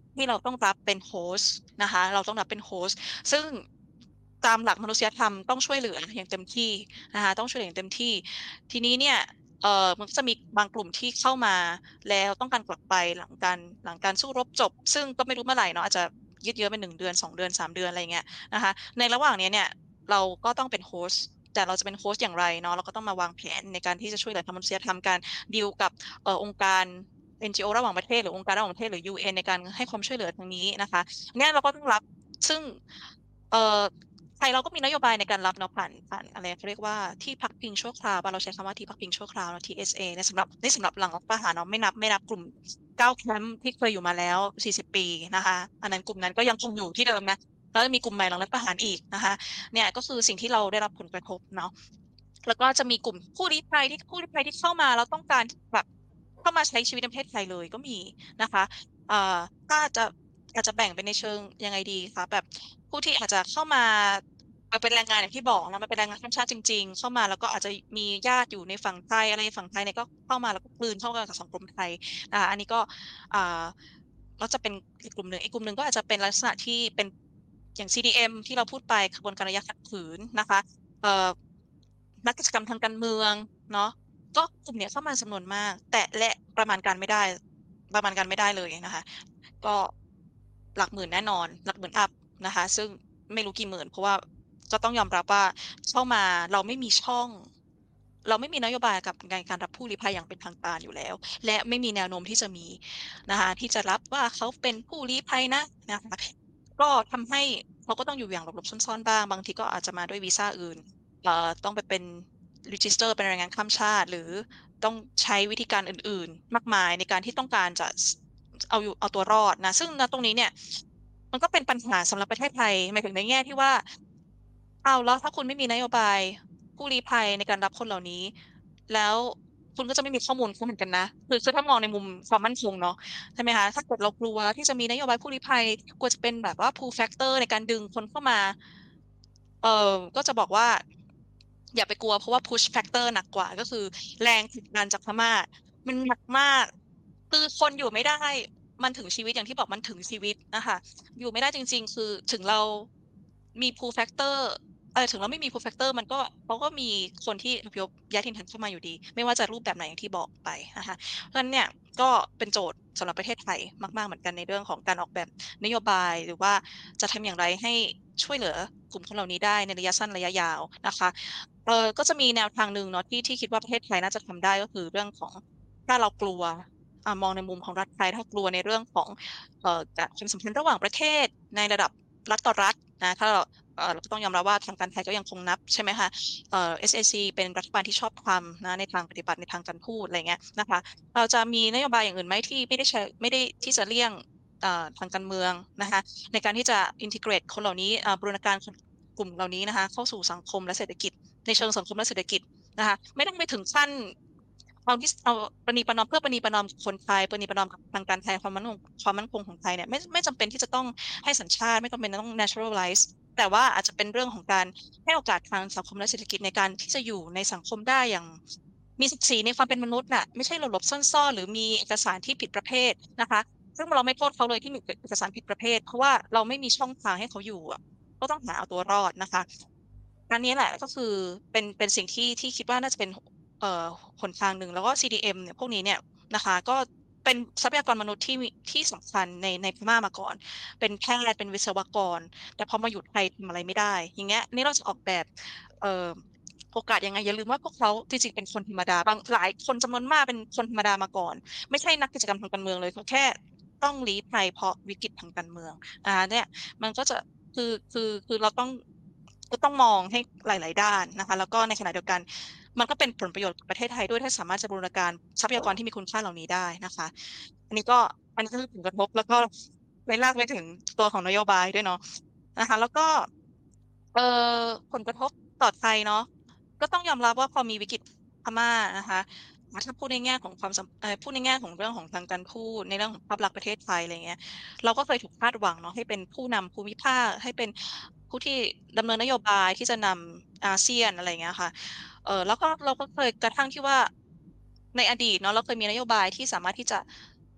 ที่เราต้องรับเป็นโฮสต์นะคะเราต้องรับเป็นโฮสต์ซึ่งตามหลักมนุษยธรรมต้องช่วยเหลืออย่างเต็มที่นะคะต้องช่วยเหลืออย่างเต็มที่ทีนี้เนี่ยเอ่อมันก็จะมีบางกลุ่มที่เข้ามาแล้วต้องการกลับไปหลังการหลังการสู้รบจบซึ่งก็ไม่รู้เมื่อไหร่เนาะอาจจะยืดเยื้อเป็นหนึ่งเดือนสองเดือนสามเดือนอะไรอย่างเงี้ยนะคะในระหว่างเนี้ยเนี่ยเราก็ต้องเป็นโฮสต์แต่เราจะเป็นโฮสต์อย่างไรเนาะเราก็ต้องมาวางแผนในการที่จะช่วยเหลือทางมนุษยธรรมการดีลกับเอ่อองค์การ เอ็น จี โอ ระหว่างประเทศหรือองค์การระหว่างประเทศหรือ ยู เอ็น ในการให้ความช่วยเหลือทางนี้นะคะอันเนี้ยเราก็ต้องรับซึ่งเอ่อไทยเราก็มีนโยบายในการรับเนาะผ่านผ่านอะไรเขาเรียกว่าที่พักพิงชั่วคราวบ้านเราใช้คำว่าที่พักพิงชั่วคราวเนาะ ที เอส เอ เนี่ยสำหรับนี่สำหรับหลังรัฐประหารเนาะไม่นับไม่นับกลุ่มเก้าแคมป์ที่เคยอยู่มาแล้วสี่สิบปีนะคะอันนั้นกลุ่มนั้นก็ยังคงอยู่ที่เดิมนะแล้วจะมีกลุ่มใหม่หลังรัฐประหารอีกนะคะเนี่ยก็คือสิ่งที่เราได้รับผลกระทบเนาะแล้วก็จะมีกลุ่มผู้ลี้ภัยที่ผู้ลี้ภัยที่เข้ามาแล้วต้องการแบบเข้ามาใช้ชีวิตในประเทศไทยเลยก็มีนะคะ อ่าถ้าจะอาจจะแบ่งเป็นในเชิงยังไงดีคะแบบผู้ที่อาจจะเข้ามามาเป็นแรงงานอย่างที่บอกนะมาเป็นแรงงานข้ามชาติจริงๆเข้ามาแล้วก็อาจจะมีญาติอยู่ในฝั่งไทยอะไรฝั่งไทยเนี่ยก็เข้ามาแล้วก็กลืนเข้ากับสังคมไทยนะคะอันนี้ก็อ่าก็จะเป็นอีกกลุ่มหนึ่งอีกกลุ่มหนึ่งก็อาจจะเป็นลักษณะที่เป็นอย่าง ซี ดี เอ็ม ที่เราพูดไปขบวนการอารยะขัดขืนนะคะเอ่อนักกิจกรรมทางการเมืองเนาะก็กลุ่มเนี้ยเข้ามาจำนวนมากแต่และประมาณการไม่ได้ประมาณการไม่ได้เลยนะคะ ก็หลักหมื่นแน่นอนหลักหมื่นอัพนะคะซึ่งไม่รู้กี่หมื่นเพราะว่าก็ต้องยอมรับว่าเข้ามาเราไม่มีช่องเราไม่มีนโยบายกับในการรับผู้ลี้ภัยอย่างเป็นทางการอยู่แล้วและไม่มีแนวโน้มที่จะมีนะคะที่จะรับว่าเขาเป็นผู้ลี้ภัยนะนะคะก็ทำให้เขาก็ต้องอยู่อย่างหลบๆซ่อนๆบ้างบางทีก็อาจจะมาด้วยวีซาอื่นเอ่อต้องไปเป็น register เป็นแรงงานข้ามชาติหรือต้องใช้วิธีการอื่นๆมากมายในการที่ต้องการจะ เอาอยู่เอาตัวรอดนะซึ่งณตรงนี้เนี่ยมันก็เป็นปัญหาสำหรับประเทศไทยหมายถึงในแง่ที่ว่าอ้าวแล้วถ้าคุณไม่มีนโยบายผู้ลี้ภัยในการรับคนเหล่านี้แล้วคุณก็จะไม่มีข้อมูลเขาเหมือนกันนะคือคือถ้ามองในมุมความมั่นคงเนาะใช่ไหมคะถ้าเกิดเรากลัวที่จะมีนโยบายผู้ลี้ภัยกลัวจะเป็นแบบว่า pull factor ในการดึงคนเข้ามาเอ่อก็จะบอกว่าอย่าไปกลัวเพราะว่า push factor หนักกว่าก็คือแรงผลักดันจากพม่ามันหนักมากคือคนอยู่ไม่ได้ มันถึงชีวิตอย่างที่บอกมันถึงชีวิตนะคะอยู่ไม่ได้จริงๆคือถึงเรามี pull factor เอ่อถึงเราไม่มี pull factor มันก็เขาก็มีคนที่อพยพย้ายถิ่นฐานเข้ามาอยู่ดีไม่ว่าจะรูปแบบไหนอย่างที่บอกไปนะคะเพราะฉะนั้นเนี่ยก็เป็นโจทย์สำหรับประเทศไทยมากๆเหมือนกันในเรื่องของการออกแบบนโยบายหรือว่าจะทำอย่างไรให้ช่วยเหลือกลุ่มคนเหล่านี้ได้ในระยะสั้นระยะยาวนะคะเอ่อก็จะมีแนวทางหนึ่งเนาะที่ที่คิดว่าประเทศไทยน่าจะทำได้ก็คือเรื่องของถ้าเรากลัว อ่ามองในมุมของรัฐไทยถ้ากลัวในเรื่องของเอ่อการความสัมพันธ์ระหว่างประเทศในระดับรัฐต่อรัฐนะถ้าเราเอ่อเราก็ต้องยอมรับว่าทางการไทยก็ยังคงนับใช่ไหมคะเอ่อ เอส เอ ซี เป็นรัฐบาลที่ชอบทำนะในทางปฏิบัติในทางการทูตอะไรเงี้ยนะคะเราจะมีนโยบายอย่างอื่นไหมที่ไม่ได้ใช้ไม่ได้ที่จะเลี่ยงเอ่อทางการเมืองนะคะในการที่จะ integrate คนเหล่านี้อ่าบูรณาการคนกลุ่มเหล่านี้นะคะเข้าสู่สังคมและเศรษฐกิจในเชิงสังคมและเศรษฐกิจ นะคะไม่ต้องไปถึงขั้นเอาที่เอาประนีประนอมเพื่อประนีประนอมกับคนไทยประนีประนอมกับทางการไทยความมั่นคงความมั่นคงของไทยเนี่ยไม่ไม่จำเป็นที่จะต้องให้สัญชาติไม่จำเป็นต้อง naturalize แต่ว่าอาจจะเป็นเรื่องของการให้โอกาสทางสังคมและเศรษฐกิจในการที่จะอยู่ในสังคมได้อย่างมีศักดิ์ศรีในความเป็นมนุษย์น่ะไม่ใช่หลบๆซ่อนๆหรือมีเอกสารที่ผิดประเภทนะคะซึ่งเราไม่โทษเขาเลยที่มีเอกสารผิดประเภทเพราะว่าเราไม่มีช่องทางให้เขาอยู่อะก็ต้องหาเอาตัวรอดนะคะอันนี้แหละก็คือเป็นเป็นสิ่งที่ที่คิดว่าน่าจะเป็น เอ่อหนทางหนึ่งแล้วก็ ซี ดี เอ็ม เนี่ยพวกนี้เนี่ยนะคะก็เป็นทรัพยากรมนุษย์ที่มีที่สำคัญในในพม่ามาก่อนเป็นแพทย์เป็นวิศวกรแต่พอมาอยู่ไทยทำอะไรไม่ได้อย่างเงี้ยนี่เราจะออกแบบเอ่อโอกาสยังไงอย่าลืมว่าพวกเขาจริงๆเป็นคนธรรมดาบางหลายคนจำนวนมากเป็นคนธรรมดามาก่อนไม่ใช่นักกิจกรรมทางการเมืองเลยเขาแค่ต้องลี้ภัยเพราะวิกฤตทางการเมืองอ่าเนี่ยมันก็จะคือคือคือเราต้องก็ต้องมองให้หลายๆด้านนะคะแล้วก็ในขณะเดียวกัน มันก็เป็นผลประโยชน์กับประเทศไทยด้วยถ้าสามารถจะบูรณาการทรัพยากรที่มีคุณค่าเหล่านี้ได้นะคะอันนี้ก็อันนี้ก็คือผลกระทบแล้วก็ไปลากไปถึงตัวของนโยบายด้วยเนาะนะคะแล้วก็เอ่อผลกระทบต่อไทยเนาะก็ต้องยอมรับว่าพอมีวิกฤตพม่านะคะถ้าพูดในแง่ของความสัมเอ่อพูดในแง่ของเรื่องของทางการทูตในเรื่องของภาพลักษณ์ประเทศไทยอะไรเงี้ยเราก็เคยถูกคาดหวังเนาะให้เป็นผู้นำภูมิภาคให้เป็นผู้ที่ดำเนินนโยบายที่จะนำอาเซียนอะไรอย่างเงี้ยค่ะ เออแล้วก็เราก็เคยกระทั่งที่ว่าในอดีตเนาะเราเคยมีนโยบายที่สามารถที่จะ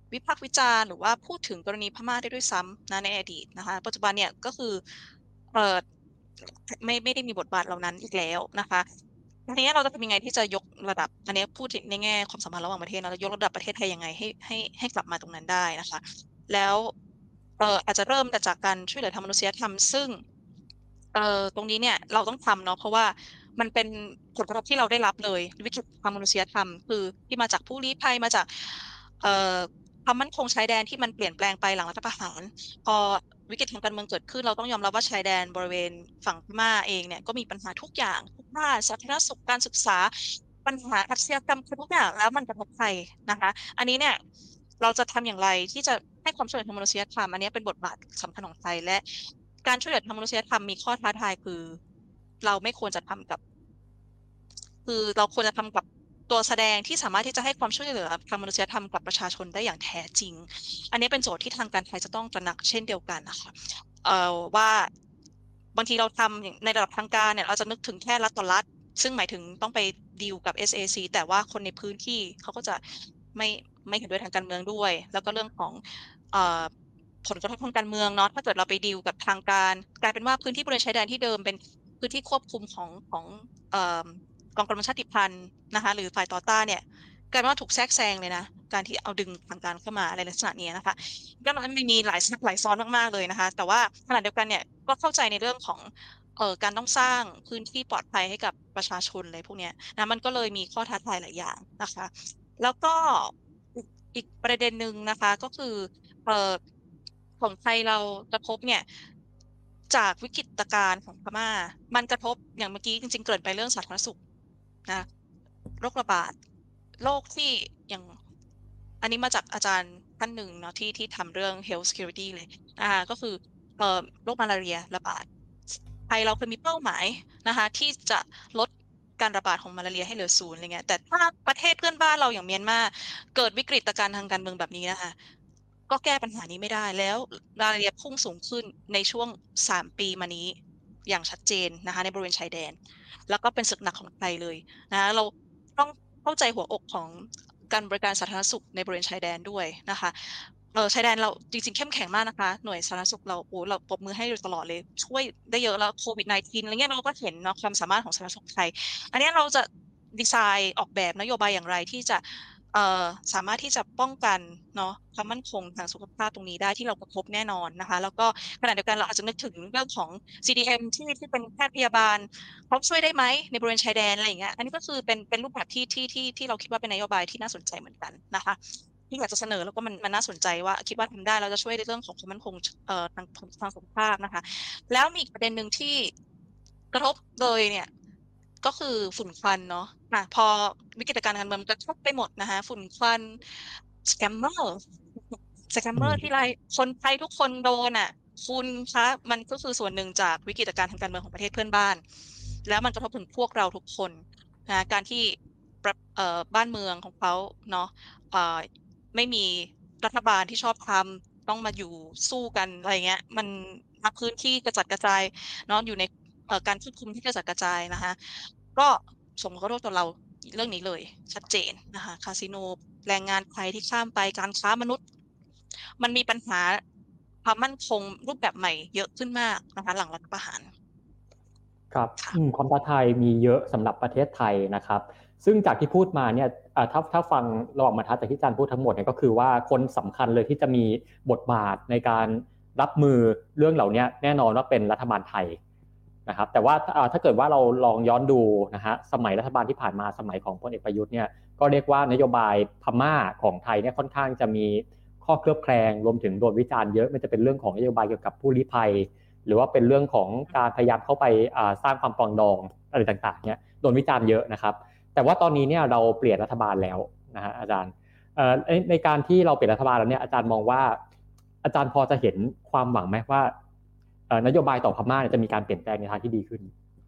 วิพากษ์วิจารณ์หรือว่าพูดถึงกรณีพม่าได้ด้วยซ้ำนะในอดีตนะคะปัจจุบันเนี่ยก็คือเอ่อไม่ไม่ได้มีบทบาทเหล่านั้นอีกแล้วนะคะทีนี้เราจะทำยังไงที่จะยกระดับอันนี้พูดถึงในแง่ความสัมพันธ์ระหว่างประเทศนะเรายกระดับประเทศไทยยังไงให้ให้ให้กลับมาตรงนั้นได้นะคะแล้วเอ่ออาจจะเริ่มแต่จากการช่วยเหลือทางมนุษยธรรมซึ่งเอ่อตรงนี้เนี่ยเราต้องทำเนาะเพราะว่ามันเป็นผลกระทบที่เราได้รับเลยวิกฤตทางมนุษยธรรมคือที่มาจากผู้ลี้ภัยมาจากเอ่อความมั่นคงชายแดนที่มันเปลี่ยนแปลงไปหลังรัฐประหารพอวิกฤตทางการเมืองเกิดขึ้นเราต้องยอมรับว่าชายแดนบริเวณฝั่งพม่าเองเนี่ยก็มีปัญหาทุกอย่างทุกด้านสาธารณสุขการศึกษาปัญหาอาชญากรรมคือทุกอย่างแล้วมันกระทบใครนะคะอันนี้เนี่ยเราจะทำอย่างไรที่จะให้ความช่วยเหลือทางมนุษยธรรมอันนี้เป็นบทบาทสำคัญของไทยและการช่วยเหลือทางมนุษยธรรมมีข้อท้าทายคือเราไม่ควรจะทำกับ คือเราควรจะทำกับตัวแสดงที่สามารถที่จะให้ความช่วยเหลือทางมนุษยธรรมกับประชาชนได้อย่างแท้จริง อันนี้เป็นโจทย์ที่ทางการไทยจะต้องตระหนักเช่นเดียวกันนะคะเอ่อว่าบางทีเราทำอย่างในระดับทางการเนี่ยเราจะนึกถึงแค่รัฐต่อรัฐซึ่งหมายถึงต้องไปดีลกับ เอส เอ ซี แต่ว่าคนในพื้นที่เขาก็จะไม่ไม่เห็นด้วยทางการเมืองด้วย แล้วก็เรื่องของเอ่อผลกระทบทางการเมืองเนาะถ้าเกิดเราไปดีลกับทางการกลายเป็นว่าพื้นที่บริเวณชายแดนที่เดิมเป็นพื้นที่ควบคุมของของเอ่อกองกำลังชาติพันธุ์นะคะหรือฝ่ายต่อต้านเนี่ยกลายเป็นว่าถูกแทรกแซงเลยนะการที่เอาดึงทางการเข้ามาอะไรลักษณะนี้นะคะก็มันมีหลายซับหลายซ้อนมากๆเลยนะคะแต่ว่าขณะเดียวกันเนี่ยก็เข้าใจในเรื่องของเอ่อการต้องสร้างพื้นที่ปลอดภัยให้กับประชาชนอะไรพวกเนี้ยนะมันก็เลยมีข้อท้าทายหลายอย่างนะคะแล้วก็อีกอีกประเด็นหนึ่งนะคะก็คือเอ่อของไทยเรากระทบเนี่ยจากวิกฤตการณ์ของพม่ามันกระทบอย่างเมื่อกี้จริงๆเกริ่นไปเรื่องสาธารณสุข นะโรคระบาดโรคที่อย่างอันนี้มาจากอาจารย์ท่านหนึ่งเนาะที่ที่ทำเรื่อง health security เลยอ่าก็คือเอ่อโรคมาลาเรียระบาดไทยเราเคยมีเป้าหมายนะคะที่จะลดการระบาดของมาลาเรียให้เหลือศูนย์อะไรเงี้ยแต่ถ้าประเทศเพื่อนบ้านเราอย่างเมียนมาเกิดวิกฤตการณ์ทางการเมืองแบบนี้นะคะก็แก้ปัญหานี้ไม่ได้แล้วมาลาเรียพุ่งสูงขึ้นในช่วงสามปีมานี้อย่างชัดเจนนะคะในบริเวณชายแดนแล้วก็เป็นศึกหนักของไทยเลย นะเราต้องเข้าใจหัวอกของการบริการสาธารณสุขในบริเวณชายแดนด้วยนะคะเออชายแดนเราจริงๆเข้มแข็งมากนะคะหน่วยสาธารณสุขเราโอ้เราปรบมือให้อยู่ตลอดเลยช่วยได้เยอะแล้วโควิด สิบเก้า อะไรเงี้ยเราก็เห็นเนาะความสามารถของสาธารณสุขไทยอันเนี้ยเราจะดีไซน์ออกแบบนโยบายอย่างไรที่จะเอ่อสามารถที่จะป้องกันเนาะความมั่นคงทางสุขภาพตรงนี้ได้ที่เราประพบแน่นอนนะคะแล้วก็ขณะเดียวกันเราอาจจะนึกถึงเรื่องของ ซี ดี เอ็ม ที่ที่เป็นแพทย์พยาบาล เขาช่วยได้ไหมในบริเวณชายแดนอะไรอย่างเงี้ยอันนี้ก็คือเป็นเป็นรูปแบบที่ที่ที่ที่เราคิดว่าเป็นนโยบายที่น่าสนใจเหมือนกันนะคะที่อยากจะเสนอแล้วก็มันมันน่าสนใจว่าคิดว่าทำได้เราจะช่วยในเรื่องของความมั่นคงเอ่อทางทางสุขภาพนะคะแล้วมีอีกประเด็นหนึ่งที่กระทบเลยเนี่ยก็คือฝุ่นควันเนาะอ่ะพอวิกฤตการณ์การเมืองกระทบไปหมดนะคะฝุ่นควันสแกมเมอร์สแกมเมอืมอร์ที่ไรคนไทยทุกคนโดนอ่ะคุณคะมันก็คือส่วนหนึ่งจากวิกฤตการณ์ทางการเมืองของประเทศเพื่อนบ้าน แล้วมันกระทบถึงพวกเราทุกคนนะการที่ประเอ่อบ้านเมืองของเขาเนาะเอ่อไม่มีรัฐบาลที่ชอบทำต้องมาอยู่สู้กันอะไรเงี้ยมันณพื้นที่กระจัดกระจายเนาะอยู่ในเอ่อการควบคุมที่กระจัดกระจายนะคะก็ส่งผลกระทบต่อเราเรื่องนี้เลยชัดเจนนะคะคาสิโนแรงงานไทยที่ข้ามไปการค้ามนุษย์มันมีปัญหาความมั่นคงรูปแบบใหม่เยอะขึ้นมากนะคะหลังรัฐประหารครับอืมค่ะความท้าทายมีเยอะสำหรับประเทศไทยนะครับซึ่งจากที่พูดมาเนี่ยอ่าถ้าถ้าฟังระหว่างบรรทัดจากที่อาจารย์พูดทั้งหมดเนี่ยก็คือว่าคนสำคัญเลยที่จะมีบทบาทในการรับมือเรื่องเหล่านี้แน่นอนว่าเป็นรัฐบาลไทยนะครับแต่ว่าอ่าถ้าเกิดว่าเราลองย้อนดูนะฮะสมัยรัฐบาลที่ผ่านมาสมัยของพลเอกประยุทธ์เนี่ยก็เรียกว่านโยบายพม่าของไทยเนี่ยค่อนข้างจะมีข้อเคลือบแคลงรวมถึงโดนวิจารณ์เยอะมันจะเป็นเรื่องของนโยบายเกี่ยวกับผู้ลี้ภัย หรือว่าเป็นเรื่องของการพยายามเข้าไปสร้างความปรองดองอะไรต่างๆเนี่ยโดนวิจารณ์เยอะนะครับแต่ว่าตอนนี้เนี่ยเราเปลี่ยนรัฐบาลแล้วนะฮะอาจารย์ในการที่เราเปลี่ยนรัฐบาลแล้วเนี่ยอาจารย์มองว่าอาจารย์พอจะเห็นความหวังไหมว่านโยบายต่อพม่าจะมีการเปลี่ยนแปลงในทางที่ดีขึ้น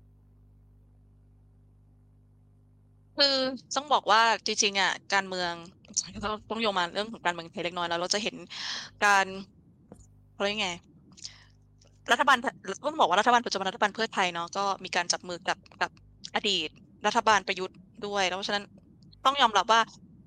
คือต้องบอกว่าจริงๆอ่ะการเมืองต้องต้องโยงมาเรื่องของการเมืองไทยเล็กน้อยแล้วเราจะเห็นการเขาเรียกไงรัฐบาลต้องบอกว่ารัฐบาลปัจจุบันรัฐบาลเพื่อไทยเนาะก็มีการจับมือกับกับอดีตรัฐบาลประยุทธ์ด้วยแล้วเพราะฉะนั้นต้องยอมรับว่า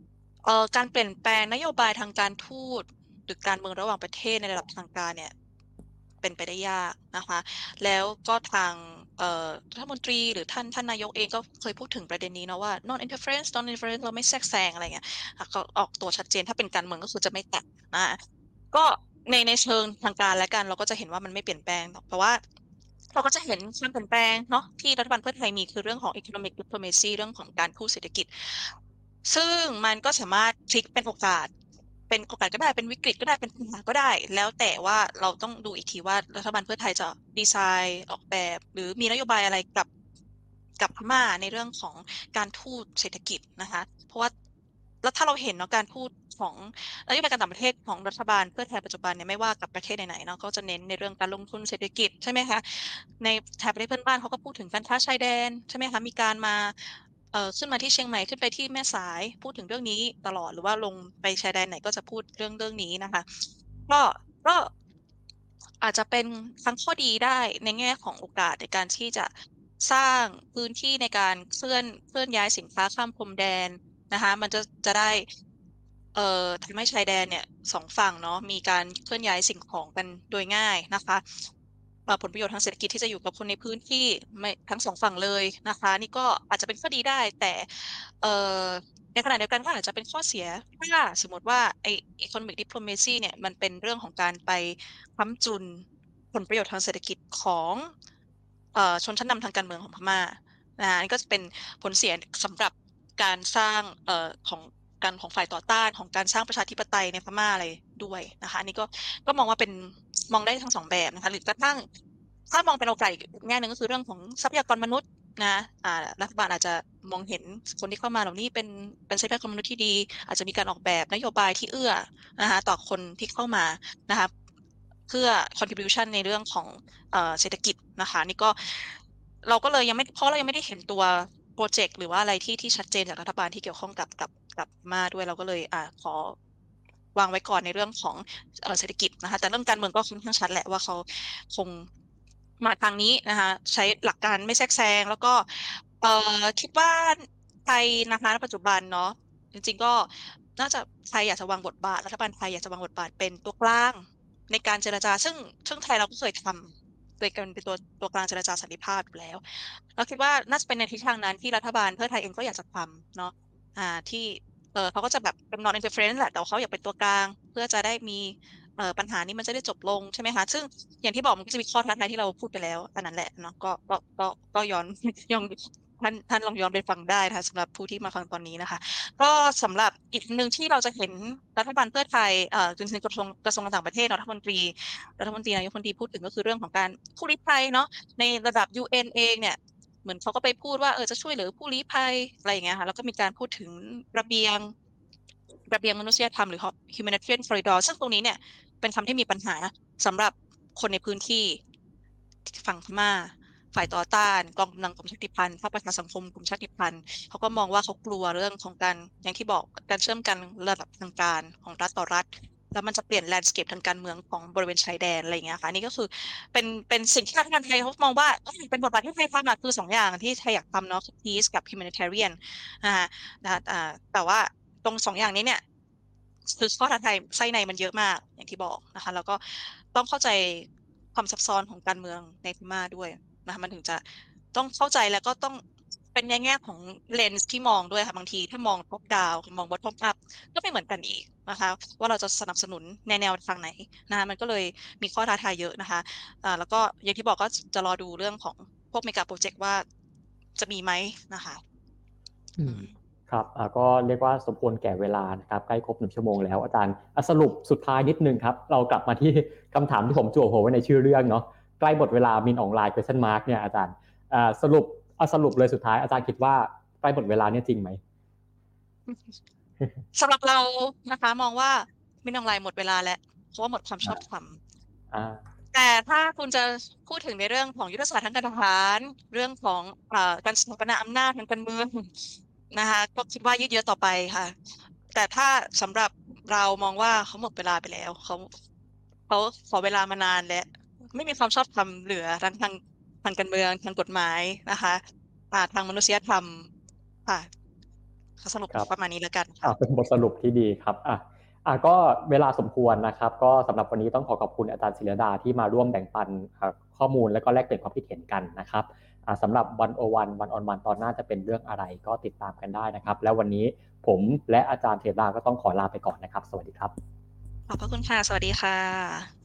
เอ่อการเปลี่ยนแปลงนโยบายทางการทูตหรือการเมืองระหว่างประเทศในระดับทางการเนี่ยเป็นไปได้ยากนะคะ แล้วก็ทางเอ่อรัฐมนตรีหรือท่านท่านนายกเองก็เคยพูดถึงประเด็นนี้เนาะว่า non interference non interference เราไม่แทรกแซงอะไรเงี้ยค่ะก็ออกตัวชัดเจนถ้าเป็นการเมืองก็คือจะไม่แตะอาก็ในในเชิงทางการแล้วกันเราก็จะเห็นว่ามันไม่เปลี่ยนแปลงหรอกแต่ว่าเราก็จะเห็นความเปลี่ยนแปลงเนาะที่รัฐบาลเพื่อไทยมีคือเรื่องของ economic diplomacy เรื่องของการทูตเศรษฐกิจซึ่งมันก็สามารถพลิกเป็นโอกาสเป็นโอกาสก็ได้เป็นวิกฤตก็ได้เป็นปัญหาก็ได้แล้วแต่ว่าเราต้องดูอีกทีว่ารัฐบาลเพื่อไทยจะดีไซน์ออกแบบหรือมีนโยบายอะไรกับกับพม่าในเรื่องของการทูตเศรษฐกิจนะคะเพราะว่าแล้วถ้าเราเห็นเนาะการทูตของนโยบายการต่างประเทศของรัฐบาลเพื่อไทยปัจจุบันเนี่ยไม่ว่ากับประเทศไหนๆเนาะก็จะเน้นในเรื่องการลงทุนเศรษฐกิจใช่ไหมคะในแถบประเทศเพื่อนบ้านเขาก็พูดถึงการค้าชายแดนใช่ไหมคะมีการมา เอ่อขึ้นมาที่เชียงใหม่ขึ้นไปที่แม่สายพูดถึงเรื่องนี้ตลอดหรือว่าลงไปชายแดนไหนก็จะพูดเรื่องเรื่องนี้นะคะก็ก็อาจจะเป็นทั้งข้อดีได้ในแง่ของโอกาสในการที่จะสร้างพื้นที่ในการเคลื่อนเคลื่อนย้ายสินค้าข้ามพรมแดนนะคะมันจะจะได้เอ่อทำให้ชายแดนเนี่ยสองฝั่งเนาะมีการเคลื่อนย้ายสิ่งของกันโดยง่ายนะคะเอ่อผลประโยชน์ทางเศรษฐกิจที่จะอยู่กับคนในพื้นที่ไม่ทั้งสองฝั่งเลยนะคะนี่ก็อาจจะเป็นข้อดีได้แต่เอ่อในขณะเดียวกันก็อาจจะเป็นข้อเสียถ้าสมมติว่าไอ้ economic diplomacy เนี่ยมันเป็นเรื่องของการไปค้ำจุนผลประโยชน์ทางเศรษฐกิจของเอ่อชนชั้นนำทางการเมืองของพม่านะคะนี่ก็จะเป็นผลเสียสำหรับการสร้างเอ่อของการของฝ่ายต่อต้านของการสร้างประชาธิปไตยในพม่าอะไรด้วยนะคะอันนี้ก็ก็มองว่าเป็นมองได้ทั้งสองแบบนะคะหรือกระทั่งถ้ามองเป็นโอกาสอีกแง่หนึ่งก็คือเรื่องของทรัพยากรมนุษย์นะอ่ารัฐบาลอาจจะมองเห็นคนที่เข้ามาเหล่านี้เป็นเป็นทรัพยากรมนุษย์ที่ดีอาจจะมีการออกแบบนโยบายที่เอื้อนะคะต่อคนที่เข้ามานะคะเพื่อ contribution ในเรื่องของเอ่อเศรษฐกิจนะคะนี่ก็เราก็เลยยังไม่เพราะเรายังไม่ได้เห็นตัวโปรเจกต์หรือว่าอะไรที่ที่ชัดเจนจากรัฐบาลที่เกี่ยวข้องกับกับกับพม่าด้วยเราก็เลยอ่าขอวางไว้ก่อนในเรื่องของเอ่อเศรษฐกิจนะคะแต่เรื่องการเมืองก็ค่อนข้างชัดแหละว่าเขาคงมาทางนี้นะคะใช้หลักการไม่แทรกแซงแล้วก็เอ่อคิดว่าไทยนะคะณปัจจุบันเนาะจริงๆก็น่าจะไทยอยากจะวางบทบาทรัฐบาลไทยอยากจะวางบทบาทเป็นตัวกลางในการเจรจาซึ่งซึ่งไทยเราก็เคยทำโดยการเป็นตัวตัวกลางเจรจาสันติภาพอยู่แล้วเราคิดว่าน่าจะเป็นในทิศทางนั้นที่รัฐบาลเพื่อไทยเองก็อยากจะทำเนาะอ่าที่เออเขาก็จะแบบเป็น non interference แหละแต่ว่าเขาอยากเป็นตัวกลางเพื่อจะได้มีเอ่อปัญหานี้มันจะได้จบลงใช่ไหมคะซึ่งอย่างที่บอกมันก็จะมีข้อท้าทายที่เราพูดไปแล้วอันนั้นแหละเนาะก็ก็ก็ก็ย้อนย้อนท่านท่านลองย้อนไปฟังได้นะคะสำหรับผู้ที่มาฟังตอนนี้นะคะก็สำหรับอีกหนึ่งที่เราจะเห็นรัฐบาลเพื่อไทยเอ่อจริงๆกระทรวงกระทรวงการต่างประเทศเนาะรัฐมนตรีรัฐมนตรีนายกรัฐมนตรีพูดถึงก็คือเรื่องของการผู้ลี้ภัยเนาะในระดับ ยู เอ็น เองเนี่ยเหมือนเขาก็ไปพูดว่าเออจะช่วยเหลือผู้ลี้ภัยอะไรอย่างเงี้ยค่ะแล้วก็มีการพูดถึงระเบียงระเบียงมนุษยธรรมหรือ humanitarian corridor ซึ่งตรงนี้เนี่ยเป็นคำที่มีปัญหาสำหรับคนในพื้นที่ฝั่งพม่าฝ่ายต่อต้านกองกำลังกลุ่มชาติพันธุ์ภาคประชาสังคมกลุ่มชาติพันธุ์เขาก็มองว่าเขากลัวเรื่องของการอย่างที่บอกการเชื่อมกันระดับทางการของรัฐต่อรัฐแล้วมันจะเปลี่ยนแลนด์สเคปทางการเมืองของบริเวณชายแดนอะไรอย่างเงี้ยค่ะอันนี้ก็คือเป็นเป็นสิ่งที่รัฐบาลไทยเขามองว่าเอ้ยเป็นบทบาทที่ไทยทำอะคือสองอย่างที่ไทยอยากทำเนาะคือ peace กับ humanitarian นะคะนะคะอ่าแต่ว่าตรงสองอย่างนี้เนี่ยคือข้อท้าทายไส้ในมันเยอะมากอย่างที่บอกนะคะแล้วก็ต้องเข้าใจความซับซ้อนของการเมืองในพม่าด้วยนะคะมันถึงจะต้องเข้าใจแล้วก็ต้องเป็นในแง่ของเลนส์ที่มองด้วยค่ะบางทีถ้ามองท็อปดาวมองบอททอมอัพก็ไม่เหมือนกันอีกนะคะว่าเราจะสนับสนุนในแนวทางไหนนะคะมันก็เลยมีข้อท้าทายเยอะนะคะอ่าแล้วก็อย่างที่บอกก็จะรอดูเรื่องของพวกเมกะโปรเจกต์ว่าจะมีไหมนะคะอืมครับอ่าก็เรียกว่าสมควรแก่เวลานะครับใกล้ครบหนึ่งชั่วโมงแล้วอาจารย์อ่ะสรุปสุดท้ายนิดนึงครับเรากลับมาที่คำถามที่ผมจั่วหัวไว้ในชื่อเรื่องเนาะใกล้หมดเวลามินออนไลน์ question mark เนี่ยอาจารย์อ่าสรุปเอาสรุปเลยสุดท้ายอาจารย์คิดว่าใกล้หมดเวลาเนี่ยจริงไหมสำหรับเรานะคะมองว่ามินออนไลน์หมดเวลาแล้วเพราะว่าหมดความชอบธรรมอ่าแต่ถ้าคุณจะพูดถึงในเรื่องของยุทธศาสตร์ทางการทหารเรื่องของเอ่อการสถาปนาอำนาจทางการเมืองนะคะก็คิดว่ายืดเยื้อต่อไปค่ะแต่ถ้าสำหรับเรามองว่าเขาหมดเวลาไปแล้วเขาเขาขอเวลามานานและไม่มีความชอบธรรมเหลือทั้งทางทางการเมืองทางกฎหมายนะคะอ่าทางมนุษยธรรมค่ะขอสรุปครับประมาณนี้แล้วกันอ่าค่ะเป็นบทสรุปที่ดีครับอ่ะอ่ะก็เวลาสมควรนะครับก็สำหรับวันนี้ต้องขอขอบคุณอาจารย์ศิรดาที่มาร่วมแบ่งปันอ่ะข้อมูลและก็แลกเปลี่ยนความคิดเห็นกันนะครับอ่ะสำหรับวันโอวันวันออนวันตอนหน้าจะเป็นเรื่องอะไรก็ติดตามกันได้นะครับแล้ววันนี้ผมและอาจารย์ศิรดาก็ต้องขอลาไปก่อนนะครับสวัสดีครับขอบพระคุณค่ะสวัสดีค่ะ